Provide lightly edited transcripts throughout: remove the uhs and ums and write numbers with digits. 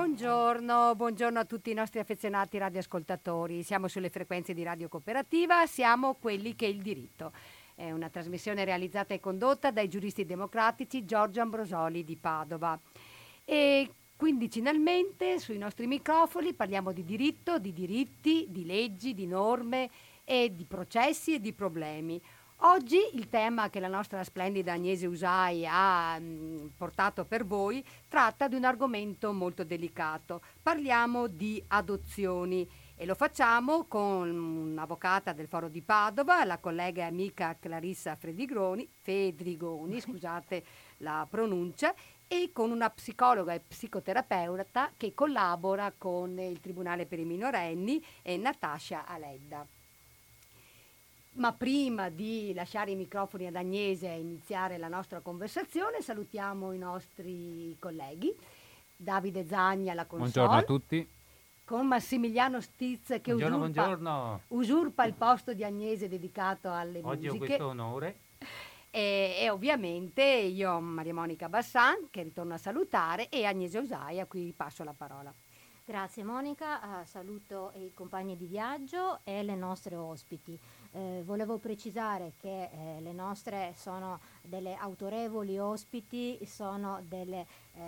Buongiorno a tutti i nostri affezionati radioascoltatori. Siamo sulle frequenze di Radio Cooperativa, siamo quelli che il diritto. È una trasmissione realizzata e condotta dai giuristi democratici Giorgio Ambrosoli di Padova. E quindicinalmente sui nostri microfoni parliamo di diritto, di diritti, di leggi, di norme e di processi e di problemi. Oggi il tema che la nostra splendida Agnese Usai ha portato per voi tratta di un argomento molto delicato. Parliamo di adozioni e lo facciamo con un'avvocata del Foro di Padova, la collega e amica Clarissa Fedrigoni, scusate la pronuncia, e con una psicologa e psicoterapeuta che collabora con il Tribunale per i minorenni, Natascia Aledda. Ma prima di lasciare i microfoni ad Agnese e iniziare la nostra conversazione, salutiamo i nostri colleghi. Davide Zagni alla console. Buongiorno a tutti. Con Massimiliano Stiz che usurpa il posto di Agnese dedicato alle Oggi musiche. Ho questo onore. E ovviamente io, Maria Monica Bassan, che ritorno a salutare, e Agnese Usai, a cui passo la parola. Grazie Monica, saluto i compagni di viaggio e le nostre ospiti. Volevo precisare che le nostre sono delle autorevoli ospiti, sono delle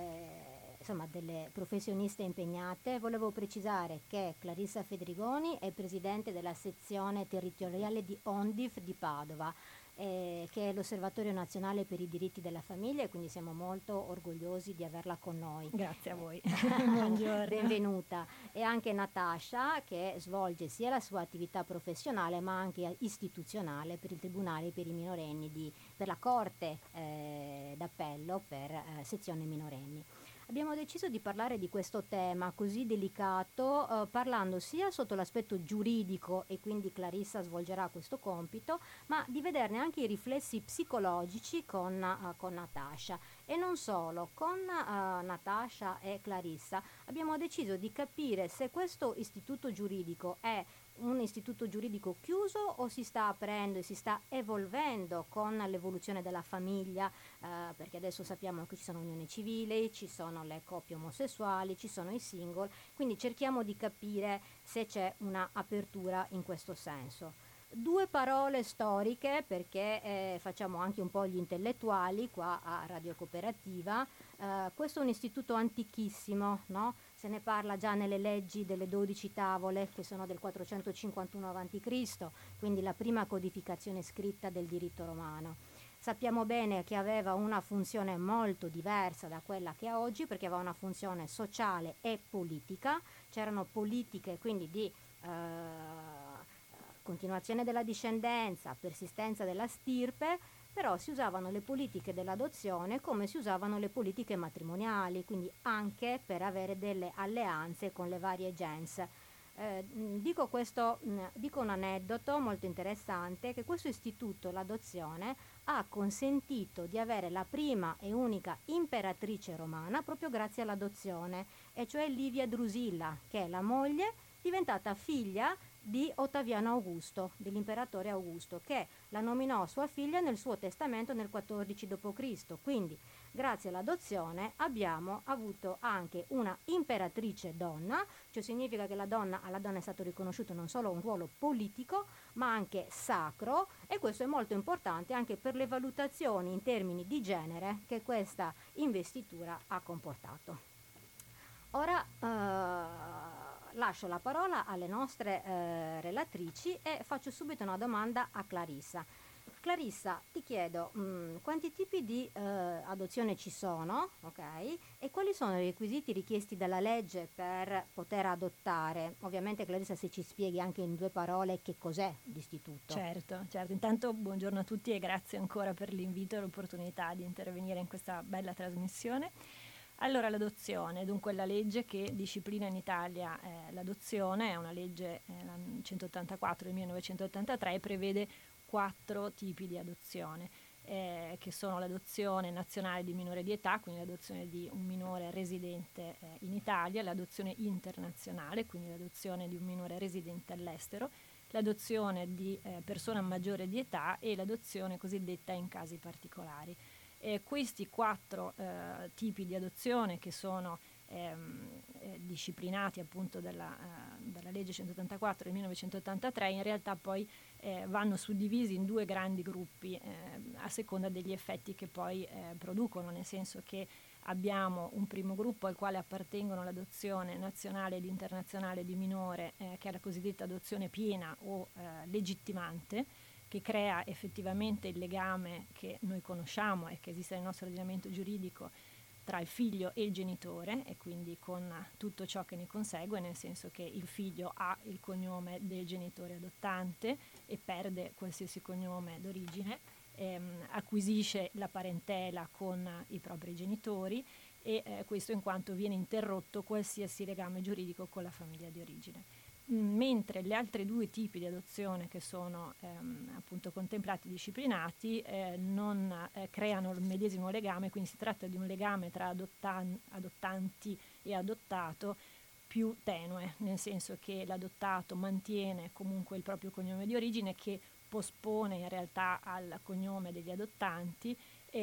professioniste impegnate. Volevo precisare che Clarissa Fedrigoni è presidente della sezione territoriale di ONDIF di Padova, che è l'Osservatorio Nazionale per i diritti della famiglia, e quindi siamo molto orgogliosi di averla con noi. Grazie a voi. Buongiorno. Benvenuta. E anche Natascia, che svolge sia la sua attività professionale ma anche istituzionale per il Tribunale per i minorenni per la Corte d'Appello per sezione minorenni. Abbiamo deciso di parlare di questo tema così delicato parlando sia sotto l'aspetto giuridico, e quindi Clarissa svolgerà questo compito, ma di vederne anche i riflessi psicologici con Natascia. E non solo, con Natascia e Clarissa abbiamo deciso di capire se questo istituto giuridico è un istituto giuridico chiuso o si sta aprendo e si sta evolvendo con l'evoluzione della famiglia, perché adesso sappiamo che ci sono unioni civili, ci sono le coppie omosessuali, ci sono i single, quindi cerchiamo di capire se c'è una apertura in questo senso. Due parole storiche, perché facciamo anche un po' gli intellettuali qua a Radio Cooperativa. Questo è un istituto antichissimo, no? Se ne parla già nelle leggi delle 12 tavole, che sono del 451 a.C., quindi la prima codificazione scritta del diritto romano. Sappiamo bene che aveva una funzione molto diversa da quella che ha oggi, perché aveva una funzione sociale e politica. C'erano politiche quindi di continuazione della discendenza, persistenza della stirpe, però si usavano le politiche dell'adozione come si usavano le politiche matrimoniali, quindi anche per avere delle alleanze con le varie gens. Dico un aneddoto molto interessante, che questo istituto, l'adozione, ha consentito di avere la prima e unica imperatrice romana proprio grazie all'adozione, e cioè Livia Drusilla, che è la moglie diventata figlia di Ottaviano Augusto, dell'imperatore Augusto, che la nominò sua figlia nel suo testamento nel 14 d.C. Quindi, grazie all'adozione, abbiamo avuto anche una imperatrice donna, cioè significa che alla donna è stato riconosciuto non solo un ruolo politico, ma anche sacro, e questo è molto importante anche per le valutazioni in termini di genere che questa investitura ha comportato. Ora lascio la parola alle nostre relatrici e faccio subito una domanda a Clarissa. Clarissa, ti chiedo quanti tipi di adozione ci sono, ok? E quali sono i requisiti richiesti dalla legge per poter adottare? Ovviamente Clarissa, se ci spieghi anche in due parole che cos'è l'istituto. Certo. Intanto buongiorno a tutti e grazie ancora per l'invito e l'opportunità di intervenire in questa bella trasmissione. Allora, l'adozione, dunque la legge che disciplina in Italia l'adozione è una legge 184 del 1983, e prevede 4 tipi di adozione, che sono l'adozione nazionale di minore di età, quindi l'adozione di un minore residente in Italia, l'adozione internazionale, quindi l'adozione di un minore residente all'estero, l'adozione di persona maggiore di età e l'adozione cosiddetta in casi particolari. Questi 4 tipi di adozione, che sono disciplinati appunto dalla legge 184 del 1983, in realtà poi vanno suddivisi in due grandi gruppi a seconda degli effetti che poi producono, nel senso che abbiamo un primo gruppo al quale appartengono l'adozione nazionale ed internazionale di minore, che è la cosiddetta adozione piena o legittimante, che crea effettivamente il legame che noi conosciamo e che esiste nel nostro ordinamento giuridico tra il figlio e il genitore, e quindi con tutto ciò che ne consegue, nel senso che il figlio ha il cognome del genitore adottante e perde qualsiasi cognome d'origine, acquisisce la parentela con i propri genitori e questo in quanto viene interrotto qualsiasi legame giuridico con la famiglia di origine. Mentre gli altri due tipi di adozione che sono appunto contemplati e disciplinati non creano il medesimo legame, quindi si tratta di un legame tra adottanti e adottato più tenue, nel senso che l'adottato mantiene comunque il proprio cognome di origine, che pospone in realtà al cognome degli adottanti,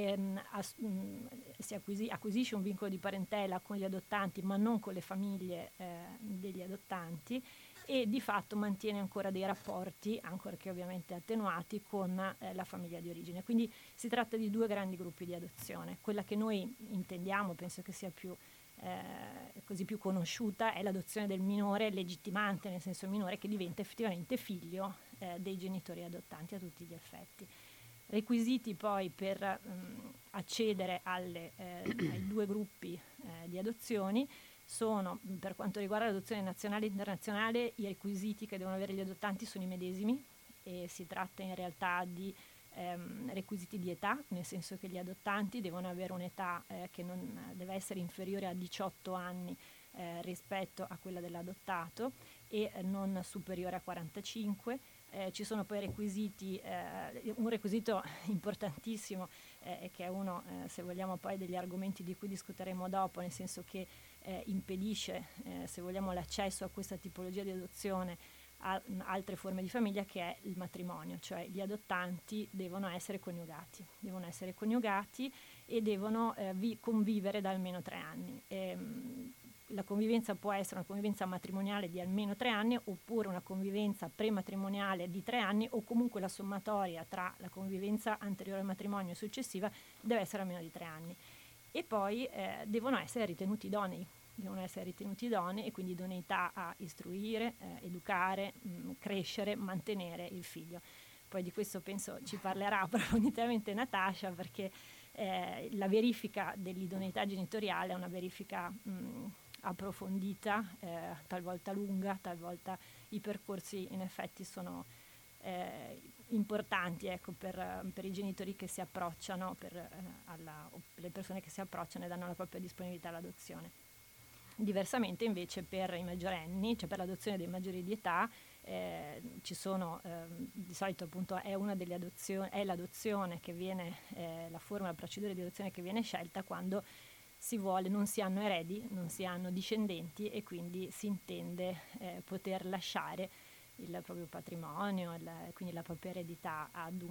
acquisisce un vincolo di parentela con gli adottanti ma non con le famiglie degli adottanti, e di fatto mantiene ancora dei rapporti, ancorché ovviamente attenuati, con la famiglia di origine. Quindi si tratta di due grandi gruppi di adozione. Quella che noi intendiamo, penso che sia più conosciuta, è l'adozione del minore legittimante, nel senso minore che diventa effettivamente figlio dei genitori adottanti a tutti gli effetti. Requisiti poi per accedere ai due gruppi di adozioni sono, per quanto riguarda l'adozione nazionale e internazionale, i requisiti che devono avere gli adottanti sono i medesimi, e si tratta in realtà di requisiti di età, nel senso che gli adottanti devono avere un'età che non deve essere inferiore a 18 anni rispetto a quella dell'adottato e non superiore a 45. Ci sono poi requisiti, un requisito importantissimo che è uno, se vogliamo, poi degli argomenti di cui discuteremo dopo, nel senso che impedisce, se vogliamo, l'accesso a questa tipologia di adozione a altre forme di famiglia, che è il matrimonio, cioè gli adottanti devono essere coniugati e devono convivere da almeno 3 anni. La convivenza può essere una convivenza matrimoniale di almeno 3 anni, oppure una convivenza prematrimoniale di 3 anni, o comunque la sommatoria tra la convivenza anteriore al matrimonio e successiva deve essere almeno di 3 anni. E poi devono essere ritenuti idonei, e quindi idoneità a istruire, educare, crescere, mantenere il figlio. Poi di questo penso ci parlerà approfonditamente Natascia, perché la verifica dell'idoneità genitoriale è una verifica approfondita, talvolta lunga, talvolta i percorsi in effetti sono importanti, ecco, per i genitori che si approcciano, le persone che si approcciano e danno la propria disponibilità all'adozione. Diversamente invece per i maggiorenni, cioè per l'adozione dei maggiori di età, ci sono di solito appunto è una delle adozioni, è l'adozione che viene, la procedura di adozione che viene scelta quando si vuole, non si hanno eredi, non si hanno discendenti, e quindi si intende poter lasciare il proprio patrimonio, quindi la propria eredità ad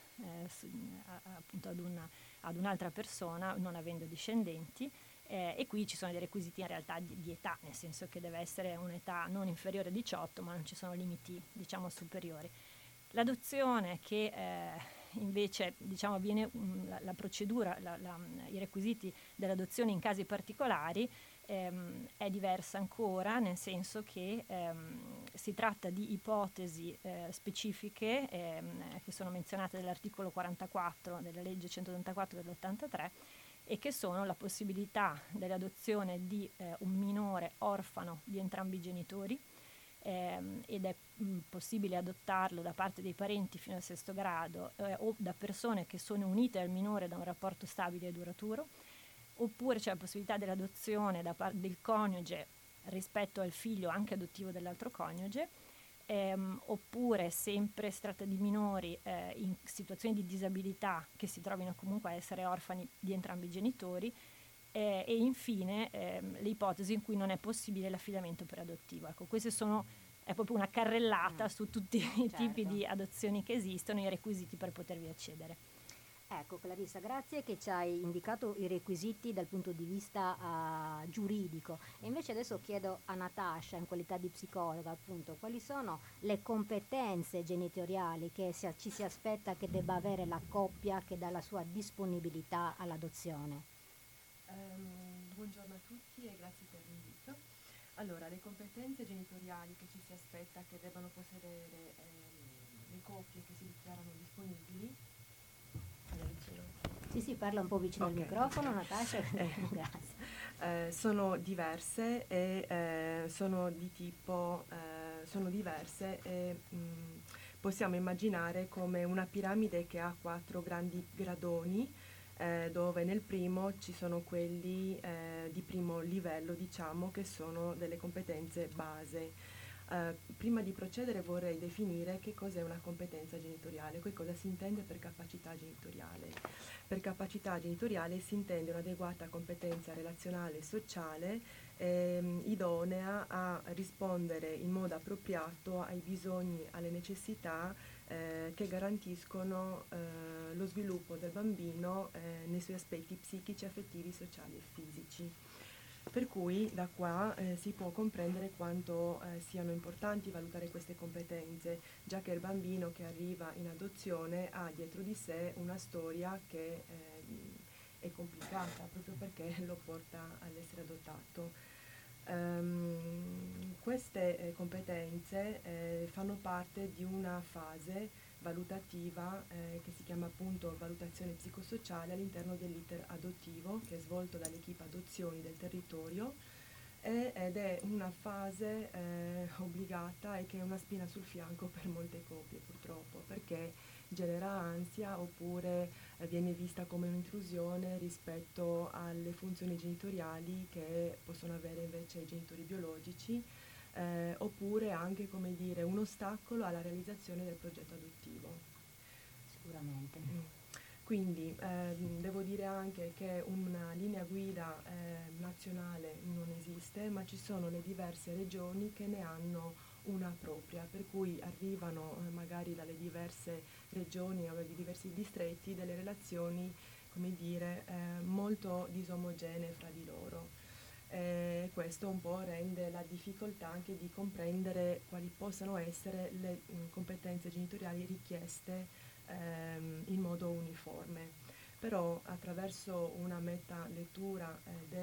un'altra persona, non avendo discendenti. E qui ci sono dei requisiti in realtà di età, nel senso che deve essere un'età non inferiore a 18, ma non ci sono limiti, diciamo, superiori. L'adozione che invece, diciamo, viene la procedura, i requisiti dell'adozione in casi particolari è diversa ancora, nel senso che si tratta di ipotesi specifiche che sono menzionate nell'articolo 44 della legge 184 dell'83, e che sono la possibilità dell'adozione di un minore orfano di entrambi i genitori, ed è possibile adottarlo da parte dei parenti fino al 6° grado o da persone che sono unite al minore da un rapporto stabile e duraturo, oppure c'è la possibilità dell'adozione da parte del coniuge rispetto al figlio anche adottivo dell'altro coniuge, oppure sempre si tratta di minori in situazioni di disabilità che si trovino comunque a essere orfani di entrambi i genitori, e infine le ipotesi in cui non è possibile l'affidamento per adottivo. Ecco, queste è proprio una carrellata su tutti i tipi di adozioni che esistono e i requisiti per potervi accedere. Ecco Clarissa, grazie che ci hai indicato i requisiti dal punto di vista giuridico, e invece adesso chiedo a Natascia, in qualità di psicologa appunto, quali sono le competenze genitoriali che ci si aspetta che debba avere la coppia che dà la sua disponibilità all'adozione. Buongiorno a tutti e grazie per l'invito. Allora, le competenze genitoriali che ci si aspetta che debbano possedere le coppie che si dichiarano disponibili. Sì, parla un po' vicino al microfono, Natascia. Grazie. Sono diverse e sono di tipo, sono diverse e possiamo immaginare come una piramide che ha 4 grandi gradoni, dove nel primo ci sono quelli di primo livello, diciamo, che sono delle competenze base. Prima di procedere vorrei definire che cos'è una competenza genitoriale, poi cosa si intende per capacità genitoriale. Per capacità genitoriale si intende un'adeguata competenza relazionale e sociale idonea a rispondere in modo appropriato ai bisogni, alle necessità che garantiscono lo sviluppo del bambino nei suoi aspetti psichici, affettivi, sociali e fisici. Per cui da qua si può comprendere quanto siano importanti valutare queste competenze, già che il bambino che arriva in adozione ha dietro di sé una storia che è complicata proprio perché lo porta all'essere adottato. Queste competenze fanno parte di una fase valutativa che si chiama appunto valutazione psicosociale all'interno dell'iter adottivo, che è svolto dall'equipe adozioni del territorio ed è una fase obbligata e che è una spina sul fianco per molte coppie purtroppo, perché genera ansia oppure viene vista come un'intrusione rispetto alle funzioni genitoriali che possono avere invece i genitori biologici, oppure anche, come dire, un ostacolo alla realizzazione del progetto adottivo. Sicuramente. Quindi devo dire anche che una linea guida nazionale non esiste, ma ci sono le diverse regioni che ne hanno una propria, per cui arrivano magari dalle diverse regioni o dai diversi distretti delle relazioni, come dire, molto disomogenee fra di loro. Questo un po' rende la difficoltà anche di comprendere quali possano essere le competenze genitoriali richieste in modo uniforme. Però attraverso una meta lettura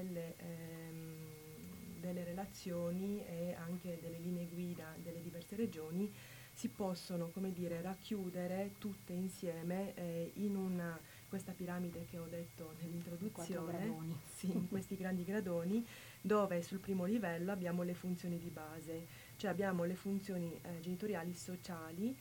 delle relazioni e anche delle linee guida delle diverse regioni si possono, come dire, racchiudere tutte insieme in questa piramide che ho detto nell'introduzione, sì, in questi grandi gradoni, dove sul primo livello abbiamo le funzioni di base, cioè abbiamo le funzioni genitoriali sociali,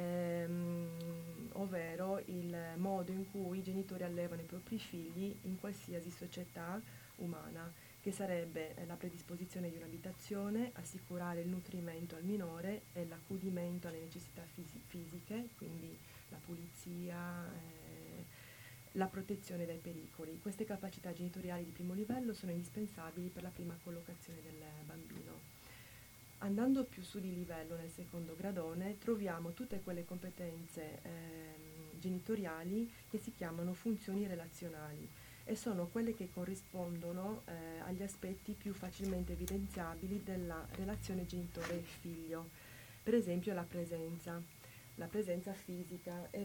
ovvero il modo in cui i genitori allevano i propri figli in qualsiasi società umana, che sarebbe la predisposizione di un'abitazione, assicurare il nutrimento al minore e l'accudimento alle necessità fisiche, quindi la pulizia, la protezione dai pericoli. Queste capacità genitoriali di primo livello sono indispensabili per la prima collocazione del bambino. Andando più su di livello nel secondo gradone troviamo tutte quelle competenze genitoriali che si chiamano funzioni relazionali e sono quelle che corrispondono agli aspetti più facilmente evidenziabili della relazione genitore-figlio. Per esempio la presenza fisica e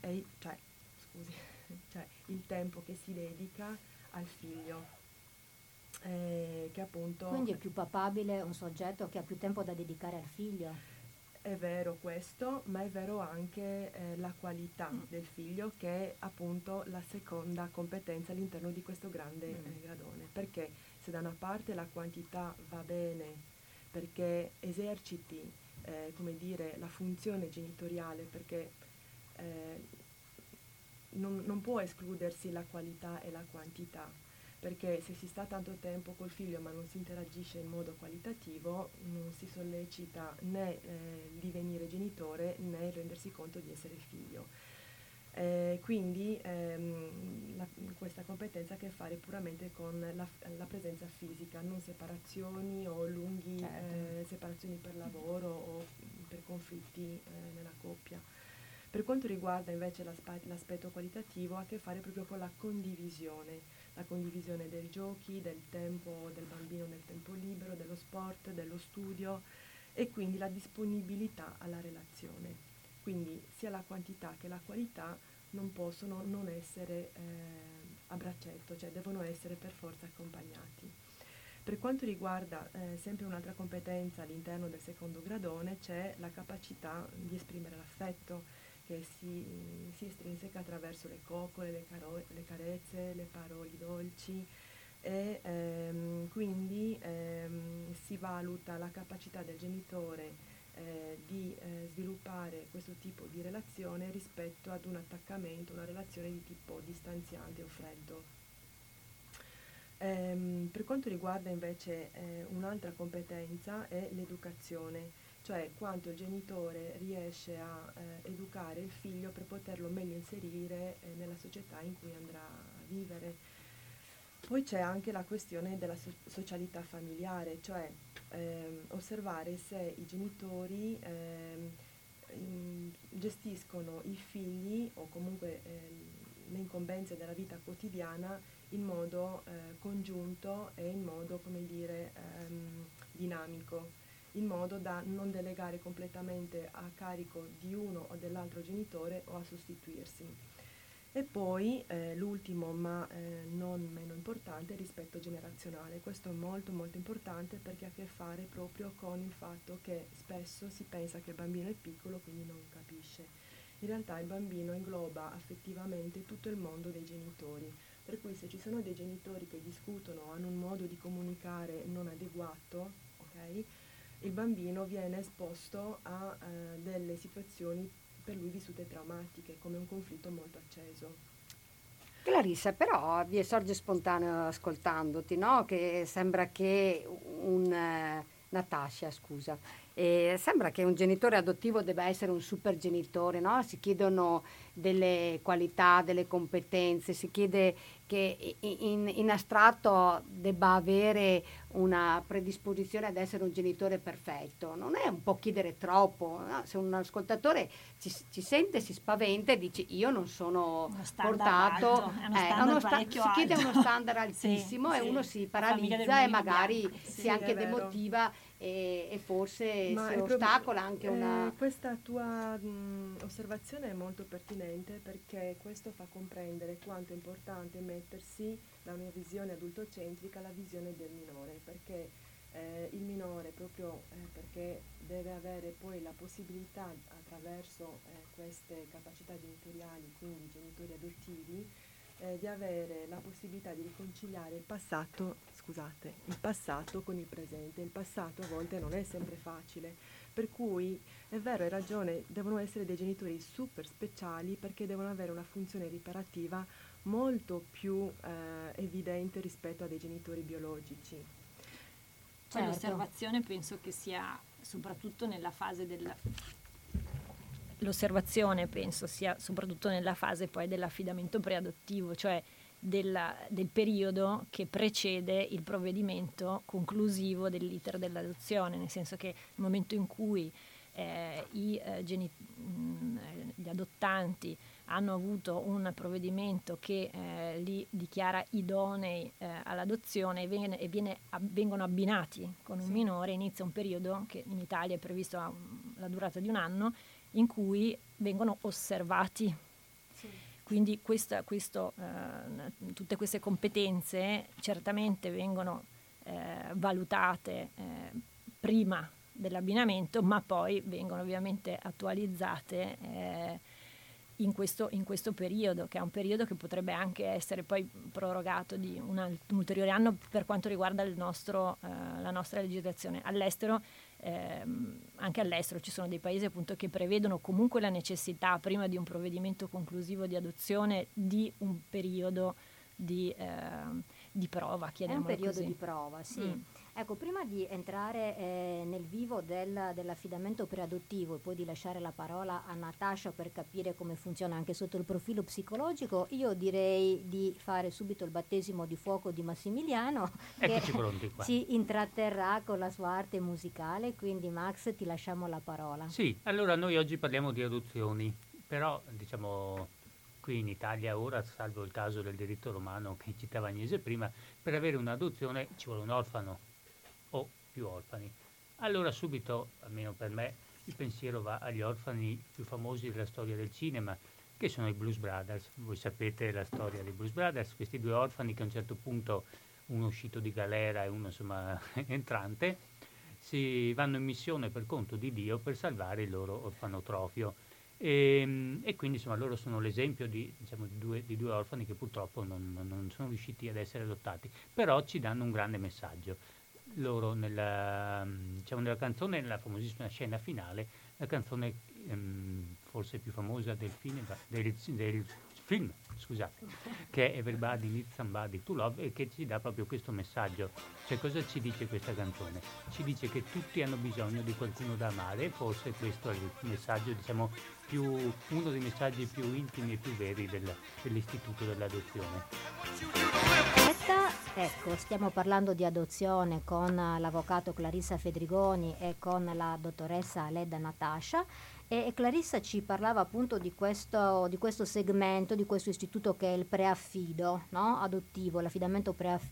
cioè il tempo che si dedica al figlio. Che appunto quindi è più papabile un soggetto che ha più tempo da dedicare al figlio. È vero questo, ma è vero anche la qualità del figlio, che è appunto la seconda competenza all'interno di questo grande gradone, perché se da una parte la quantità va bene perché eserciti come dire, la funzione genitoriale, perché non può escludersi la qualità e la quantità, perché se si sta tanto tempo col figlio ma non si interagisce in modo qualitativo non si sollecita né il divenire genitore né il rendersi conto di essere figlio. Quindi questa competenza ha a che fare puramente con la presenza fisica, non separazioni o lunghi separazioni per lavoro o per conflitti nella coppia. Per quanto riguarda invece l'aspetto qualitativo, ha a che fare proprio con la condivisione dei giochi, del tempo del bambino nel tempo libero, dello sport, dello studio e quindi la disponibilità alla relazione. Quindi sia la quantità che la qualità non possono non essere a braccetto, cioè devono essere per forza accompagnati. Per quanto riguarda sempre un'altra competenza all'interno del secondo gradone, c'è la capacità di esprimere l'affetto, che si estrinseca attraverso le coccole, le carezze, le parole dolci e quindi si valuta la capacità del genitore di sviluppare questo tipo di relazione rispetto ad un attaccamento, una relazione di tipo distanziante o freddo. Per quanto riguarda invece un'altra competenza è l'educazione, cioè quanto il genitore riesce a educare il figlio per poterlo meglio inserire nella società in cui andrà a vivere. Poi c'è anche la questione della socialità familiare, cioè osservare se i genitori gestiscono i figli o comunque le incombenze della vita quotidiana in modo congiunto e in modo, come dire, dinamico, in modo da non delegare completamente a carico di uno o dell'altro genitore o a sostituirsi. E poi l'ultimo, ma non meno importante, è il rispetto generazionale. Questo è molto molto importante perché ha a che fare proprio con il fatto che spesso si pensa che il bambino è piccolo, quindi non capisce. In realtà il bambino ingloba affettivamente tutto il mondo dei genitori, per cui se ci sono dei genitori che discutono, hanno un modo di comunicare non adeguato, ok? Il bambino viene esposto a delle situazioni per lui vissute traumatiche, come un conflitto molto acceso. Clarissa, però mi sorge spontaneo ascoltandoti, no? Che sembra che Natascia, scusa, sembra che un genitore adottivo debba essere un super genitore, no? Si chiedono delle qualità, delle competenze, si chiede che in astratto debba avere una predisposizione ad essere un genitore perfetto. Non è un po' chiedere troppo, no? Se un ascoltatore ci sente, si spaventa e dice io non sono portato, si chiede uno standard altissimo e uno si paralizza e magari si anche demotiva e forse si ostacola anche una... Questa tua osservazione è molto pertinente perché questo fa comprendere quanto è importante mettersi da una visione adultocentrica alla visione del minore, perché il minore proprio perché deve avere poi la possibilità attraverso queste capacità genitoriali, quindi genitori adottivi, di avere la possibilità di riconciliare il passato con il presente. Il passato a volte non è sempre facile, per cui è vero, hai ragione, devono essere dei genitori super speciali perché devono avere una funzione riparativa molto più evidente rispetto a dei genitori biologici. Poi l'osservazione penso che sia soprattutto nella fase L'osservazione penso sia soprattutto nella fase poi dell'affidamento preadottivo, cioè del periodo che precede il provvedimento conclusivo dell'iter dell'adozione, nel senso che nel momento in cui gli adottanti hanno avuto un provvedimento che li dichiara idonei all'adozione e vengono abbinati con un minore, inizia un periodo che in Italia è previsto la durata di 1 anno, in cui vengono osservati. Sì. Quindi tutte queste competenze certamente vengono valutate prima dell'abbinamento, ma poi vengono ovviamente attualizzate in questo periodo, che è un periodo che potrebbe anche essere poi prorogato di un ulteriore anno per quanto riguarda la nostra legislazione. All'estero, anche all'estero ci sono dei paesi appunto che prevedono comunque la necessità, prima di un provvedimento conclusivo di adozione, di un periodo di prova, chiamiamolo così. È un periodo di prova, sì. Ecco, prima di entrare nel vivo dell'affidamento preadottivo e poi di lasciare la parola a Natascia per capire come funziona anche sotto il profilo psicologico, io direi di fare subito il battesimo di fuoco di Massimiliano, Eccoci pronti qua. Ci intratterrà con la sua arte musicale, quindi Max ti lasciamo la parola. Sì, allora noi oggi parliamo di adozioni. però diciamo qui in Italia ora, salvo il caso del diritto romano che citava Agnese prima, per avere un'adozione ci vuole un orfano o più orfani. Allora subito, almeno per me, il pensiero va agli orfani più famosi della storia del cinema, che sono i Blues Brothers. Voi sapete la storia dei Blues Brothers, questi due orfani che a un certo punto, uno uscito di galera e uno insomma entrante, si vanno in missione per conto di Dio per salvare il loro orfanotrofio. E quindi insomma loro sono l'esempio diciamo, di due orfani che purtroppo non sono riusciti ad essere adottati, però ci danno un grande messaggio. Loro diciamo, nella canzone, nella famosissima scena finale, la canzone forse più famosa del film, scusate, che è Everybody Needs Somebody to Love, e che ci dà proprio questo messaggio. Cioè, cosa ci dice questa canzone? Ci dice che tutti hanno bisogno di qualcuno da amare, e forse questo è il messaggio, diciamo, uno dei messaggi più intimi e più veri dell'istituto dell'adozione. Ecco, stiamo parlando di adozione con l'avvocato Clarissa Fedrigoni e con la dottoressa Leda Natascia, e Clarissa ci parlava appunto di questo segmento, di questo istituto che è il preaffido, no? Adottivo, l'affidamento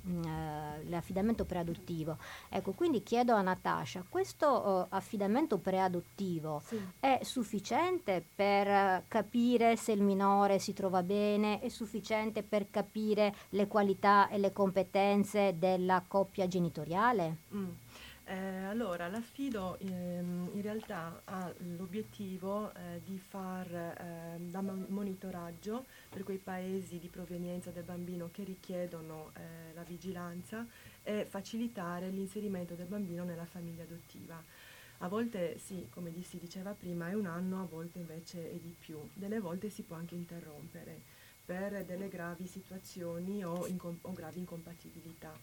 preadottivo. Ecco, quindi chiedo a Natascia, questo affidamento preadottivo è sufficiente per capire se il minore si trova bene? È sufficiente per capire le qualità e le competenze della coppia genitoriale? Allora, l'affido in realtà ha l'obiettivo di far da monitoraggio per quei paesi di provenienza del bambino che richiedono la vigilanza e facilitare l'inserimento del bambino nella famiglia adottiva. A volte sì, come si diceva prima, è un anno, a volte invece è di più. Delle volte si può anche interrompere per delle gravi situazioni o gravi incompatibilità.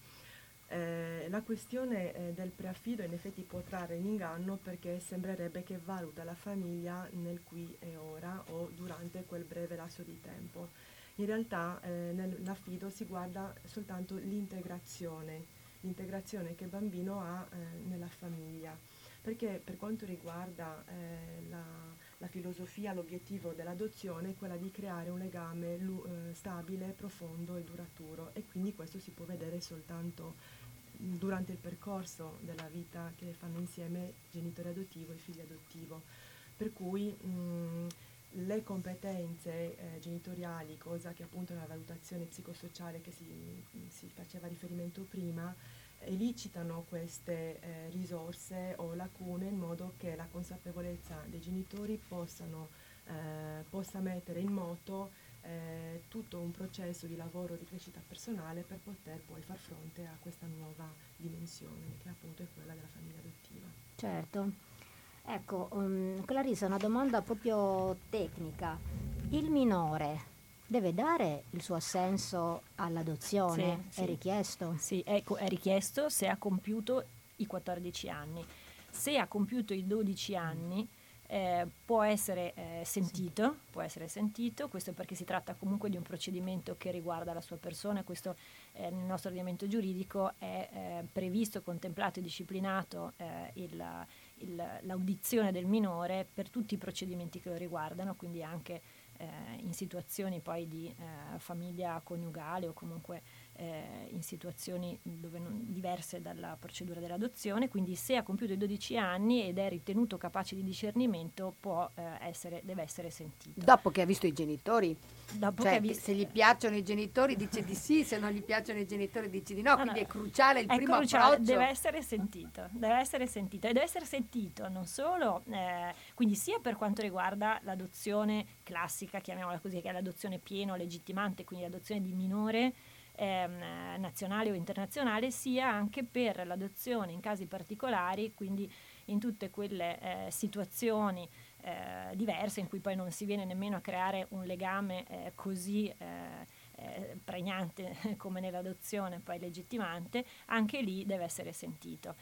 La questione del preaffido in effetti può trarre in inganno, perché sembrerebbe che valuta la famiglia nel qui e ora o durante quel breve lasso di tempo. In realtà nell'affido si guarda soltanto l'integrazione che il bambino ha nella famiglia, perché per quanto riguarda la filosofia, l'obiettivo dell'adozione è quella di creare un legame stabile, profondo e duraturo, e quindi questo si può vedere soltanto durante il percorso della vita che fanno insieme genitore adottivo e figlio adottivo. Per cui le competenze genitoriali, cosa che appunto nella valutazione psicosociale che si faceva riferimento prima, elicitano queste risorse o lacune, in modo che la consapevolezza dei genitori possa mettere in moto tutto un processo di lavoro di crescita personale per poter poi far fronte a questa nuova dimensione, che appunto è quella della famiglia adottiva. Certo. Ecco, Clarissa, una domanda proprio tecnica. Il minore deve dare il suo assenso all'adozione? Sì, È sì. richiesto? Sì, è richiesto se ha compiuto i 14 anni. Se ha compiuto i 12 anni può essere sentito, questo perché si tratta comunque di un procedimento che riguarda la sua persona. Questo nel nostro ordinamento giuridico è previsto, contemplato e disciplinato l'audizione del minore per tutti i procedimenti che lo riguardano, quindi anche in situazioni poi di famiglia coniugale o comunque in situazioni diverse dalla procedura dell'adozione. Quindi se ha compiuto i 12 anni ed è ritenuto capace di discernimento deve essere sentito. Dopo che ha visto i genitori? Dopo Cioè, che ha visto, se gli piacciono i genitori dice di sì, se non gli piacciono i genitori dice di no, quindi è cruciale il primo approccio. deve essere sentito e deve essere sentito non solo, quindi sia per quanto riguarda l'adozione classica, chiamiamola così, che è l'adozione pieno legittimante, quindi l'adozione di minore nazionale o internazionale, sia anche per l'adozione in casi particolari, quindi in tutte quelle situazioni diverse in cui poi non si viene nemmeno a creare un legame così pregnante come nell'adozione poi legittimante. Anche lì deve essere sentito.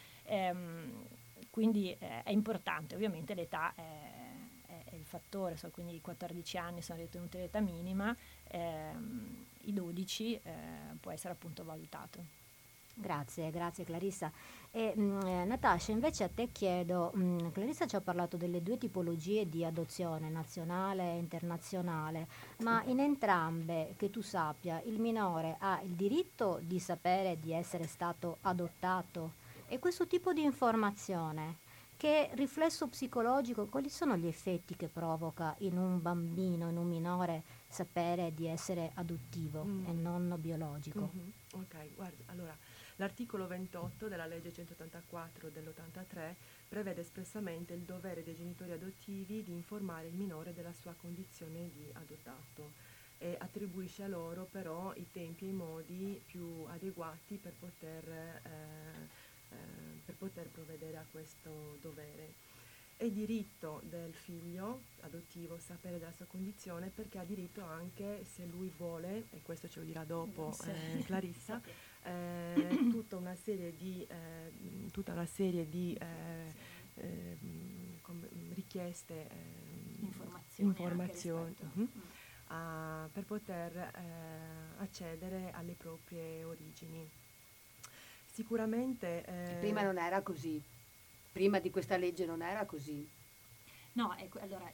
Quindi è importante, ovviamente l'età è il fattore, quindi i 14 anni sono ritenuti l'età minima, i 12 può essere appunto valutato. Grazie Clarissa. E Natascia, invece a te chiedo, Clarissa ci ha parlato delle due tipologie di adozione, nazionale e internazionale, ma in entrambe, che tu sappia, il minore ha il diritto di sapere di essere stato adottato? E questo tipo di informazione, che riflesso psicologico, quali sono gli effetti che provoca in un bambino, in un minore, sapere di essere adottivo e non biologico? Ok, guarda, allora, l'articolo 28 della legge 184 dell'83 prevede espressamente il dovere dei genitori adottivi di informare il minore della sua condizione di adottato e attribuisce a loro però i tempi e i modi più adeguati per poter provvedere a questo dovere. È diritto del figlio adottivo sapere della sua condizione, perché ha diritto anche, se lui vuole, e questo ce lo dirà dopo Clarissa, tutta una serie di richieste, informazioni per poter accedere alle proprie origini. Sicuramente Prima non era così. Prima di questa legge non era così. No, allora,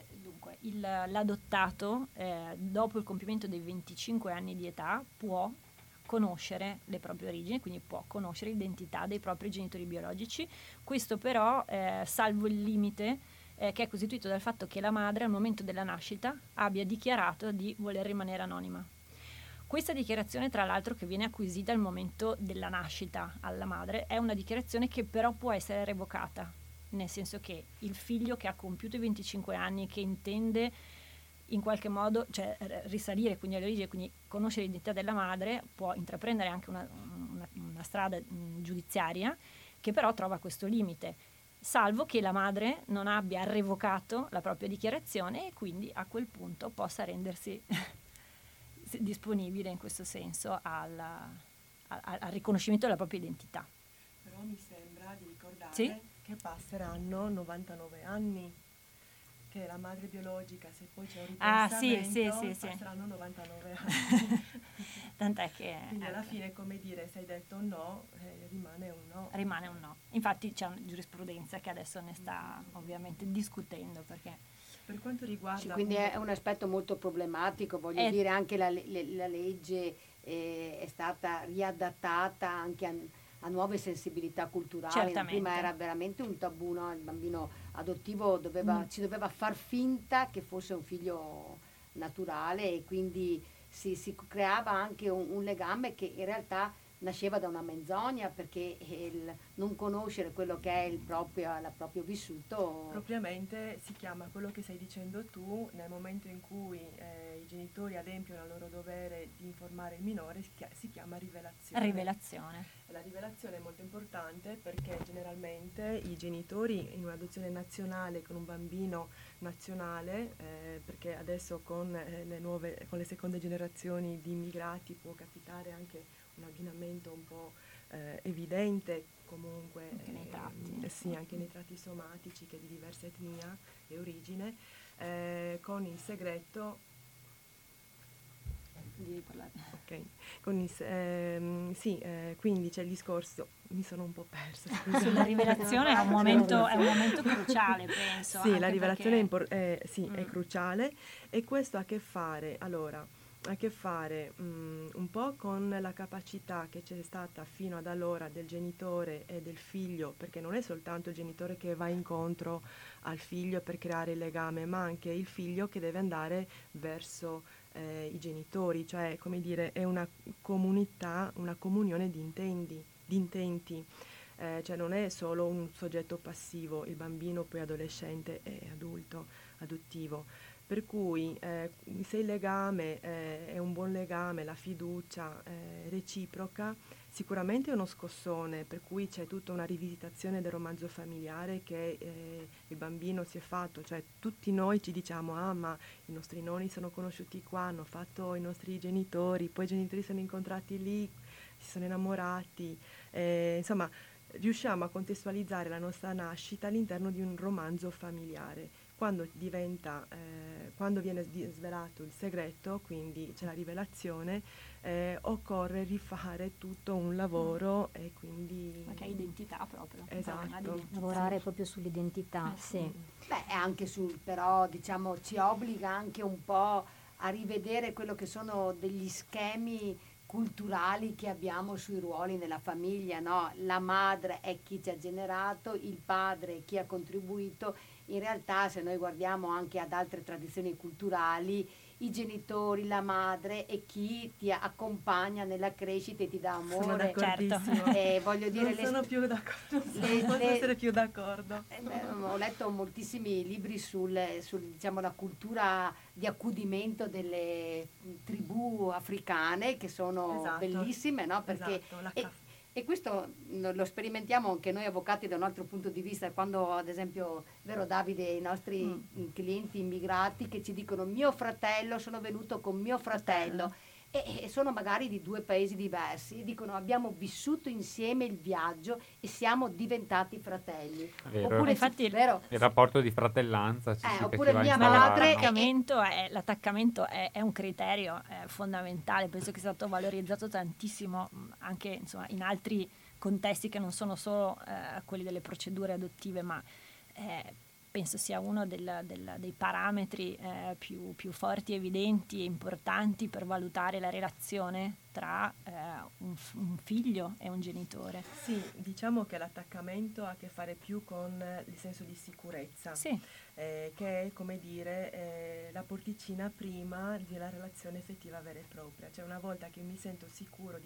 l'adottato, dopo il compimento dei 25 anni di età, può conoscere le proprie origini, quindi può conoscere l'identità dei propri genitori biologici. Questo però, salvo il limite che è costituito dal fatto che la madre al momento della nascita abbia dichiarato di voler rimanere anonima. Questa dichiarazione, tra l'altro, che viene acquisita al momento della nascita alla madre, è una dichiarazione che però può essere revocata, nel senso che il figlio che ha compiuto i 25 anni, che intende in qualche modo, cioè, risalire quindi alle origini, quindi conoscere l'identità della madre, può intraprendere anche una strada giudiziaria che però trova questo limite, salvo che la madre non abbia revocato la propria dichiarazione e quindi a quel punto possa rendersi disponibile in questo senso al riconoscimento della propria identità. Però mi sembra di ricordare Sì? che passeranno 99 anni, che la madre biologica, se poi c'è un ripensamento, sì. passeranno 99 anni. Tant'è che... Quindi alla fine, come dire, se hai detto no, rimane un no. Rimane un no. Infatti c'è una giurisprudenza che adesso ne sta ovviamente discutendo, perché... Per quanto riguarda... Sì, quindi è un aspetto molto problematico, voglio dire, anche la legge è stata riadattata anche a nuove sensibilità culturali. Certamente. Prima era veramente un tabù, no? Il bambino adottivo ci doveva far finta che fosse un figlio naturale, e quindi si creava anche un legame che in realtà nasceva da una menzogna, perché non conoscere quello che è il proprio vissuto. Propriamente si chiama quello che stai dicendo tu, nel momento in cui i genitori adempiono al loro dovere di informare il minore, si chiama rivelazione. La rivelazione è molto importante perché generalmente i genitori in un'adozione nazionale con un bambino nazionale, perché adesso con le seconde generazioni di immigrati può capitare anche un abbinamento un po' evidente, comunque anche nei tratti. Anche nei tratti somatici, che di diversa etnia e origine, con il segreto. Devi parlare. Ok, quindi c'è il discorso, mi sono un po' persa. Sulla rivelazione è un momento cruciale, penso. Sì, la rivelazione perché... è cruciale, e questo ha a che fare un po' con la capacità che c'è stata fino ad allora del genitore e del figlio, perché non è soltanto il genitore che va incontro al figlio per creare il legame, ma anche il figlio che deve andare verso i genitori, cioè, come dire, è una comunità, una comunione di intenti, cioè non è solo un soggetto passivo, il bambino poi adolescente e adulto adottivo. Per cui se il legame è un buon legame, la fiducia reciproca, sicuramente è uno scossone, per cui c'è tutta una rivisitazione del romanzo familiare che il bambino si è fatto, cioè tutti noi ci diciamo: ah, ma i nostri nonni sono conosciuti qua, hanno fatto i nostri genitori, poi i genitori si sono incontrati lì, si sono innamorati, insomma riusciamo a contestualizzare la nostra nascita all'interno di un romanzo familiare. quando quando viene svelato il segreto, quindi c'è la rivelazione, occorre rifare tutto un lavoro e quindi... Ma che identità proprio. Esatto. Lavorare proprio sull'identità, sì. Beh, anche però diciamo ci obbliga anche un po' a rivedere quello che sono degli schemi culturali che abbiamo sui ruoli nella famiglia, no? La madre è chi ci ha generato, il padre è chi ha contribuito. In realtà, se noi guardiamo anche ad altre tradizioni culturali, i genitori, la madre è chi ti accompagna nella crescita e ti dà amore. Sono d'accordissimo. Voglio dire, non sono più d'accordo, non posso essere più d'accordo. Ho letto moltissimi libri diciamo, la cultura di accudimento delle tribù africane, che sono bellissime, no? Perché e questo lo sperimentiamo anche noi avvocati da un altro punto di vista, quando ad esempio, vero Davide, i nostri clienti immigrati che ci dicono mio fratello, sono venuto con mio fratello e sono magari di due paesi diversi, e dicono abbiamo vissuto insieme il viaggio e siamo diventati fratelli. Vero. Oppure Infatti il rapporto di fratellanza oppure mia madre l'attaccamento è un criterio fondamentale, penso che sia stato valorizzato tantissimo anche insomma, in altri contesti che non sono solo quelli delle procedure adottive, ma penso sia uno dei parametri più forti, evidenti e importanti per valutare la relazione tra un figlio e un genitore. Sì, diciamo che l'attaccamento ha a che fare più con il senso di sicurezza, sì. Che è come dire la porticina prima della relazione effettiva vera e propria. Cioè una volta che mi sento sicura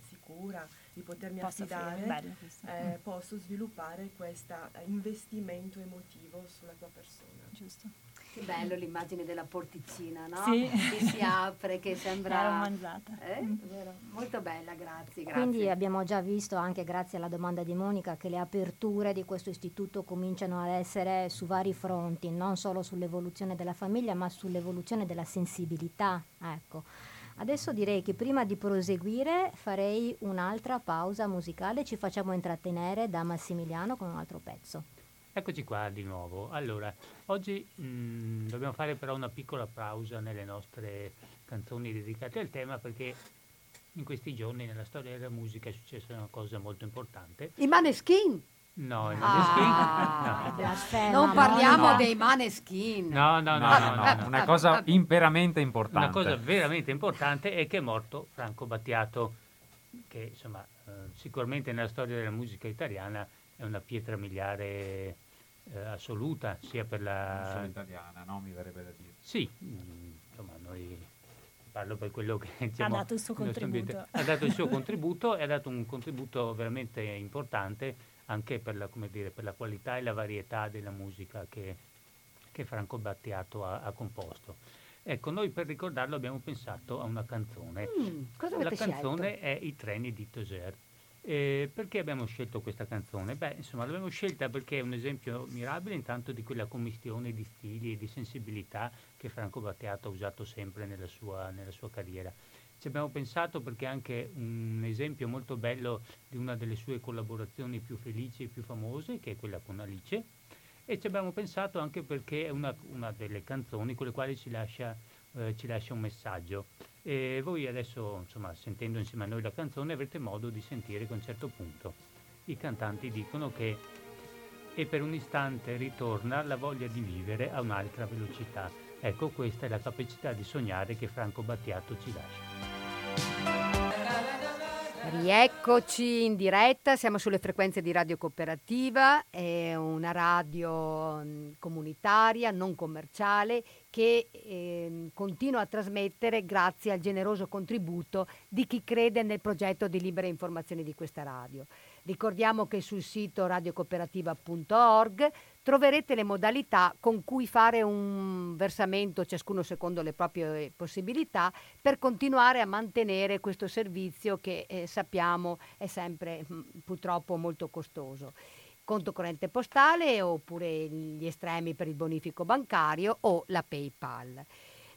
di potermi affidare, posso sviluppare questo investimento emotivo sulla tua persona. Giusto. Che bello l'immagine della porticina, no? Sì. Che si apre, che sembra... La romanzata. Vero? Molto bella, grazie. Quindi abbiamo già visto, anche grazie alla domanda di Monica, che le aperture di questo istituto cominciano ad essere su vari fronti, non solo sull'evoluzione della famiglia, ma sull'evoluzione della sensibilità. Ecco. Adesso direi che prima di proseguire farei un'altra pausa musicale, ci facciamo intrattenere da Massimiliano con un altro pezzo. Eccoci qua di nuovo. Allora, oggi dobbiamo fare però una piccola pausa nelle nostre canzoni dedicate al tema, perché in questi giorni nella storia della musica è successa una cosa molto importante. I Maneskin? No, i Maneskin? Blasfema, Non parliamo Monica. dei Maneskin. No. una cosa imperamente importante. Una cosa veramente importante è che è morto Franco Battiato, che insomma sicuramente nella storia della musica italiana è una pietra miliare assoluta, sia per la... Non solo italiana, no? Mi verrebbe da dire. Sì, insomma noi parlo per quello che diciamo, ha dato il suo contributo. Ha dato il suo contributo e ha dato un contributo veramente importante anche per la, come dire, per la qualità e la varietà della musica che Franco Battiato ha composto. Ecco, noi per ricordarlo abbiamo pensato a una canzone. Cosa avete La canzone scelto? è I treni di Toser. Perché abbiamo scelto questa canzone? Beh, insomma, l'abbiamo scelta perché è un esempio mirabile intanto di quella commistione di stili e di sensibilità che Franco Battiato ha usato sempre nella sua carriera. Ci abbiamo pensato perché è anche un esempio molto bello di una delle sue collaborazioni più felici e più famose, che è quella con Alice, e ci abbiamo pensato anche perché è una delle canzoni con le quali ci lascia un messaggio. E voi adesso, insomma, sentendo insieme a noi la canzone, avrete modo di sentire che a un certo punto i cantanti dicono che e per un istante ritorna la voglia di vivere a un'altra velocità. Ecco, questa è la capacità di sognare che Franco Battiato ci lascia. Rieccoci in diretta, siamo sulle frequenze di Radio Cooperativa, è una radio comunitaria, non commerciale, che continua a trasmettere grazie al generoso contributo di chi crede nel progetto di libera informazione di questa radio. Ricordiamo che sul sito radiocooperativa.org troverete le modalità con cui fare un versamento, ciascuno secondo le proprie possibilità, per continuare a mantenere questo servizio che sappiamo è sempre purtroppo molto costoso. Conto corrente postale oppure gli estremi per il bonifico bancario o la PayPal.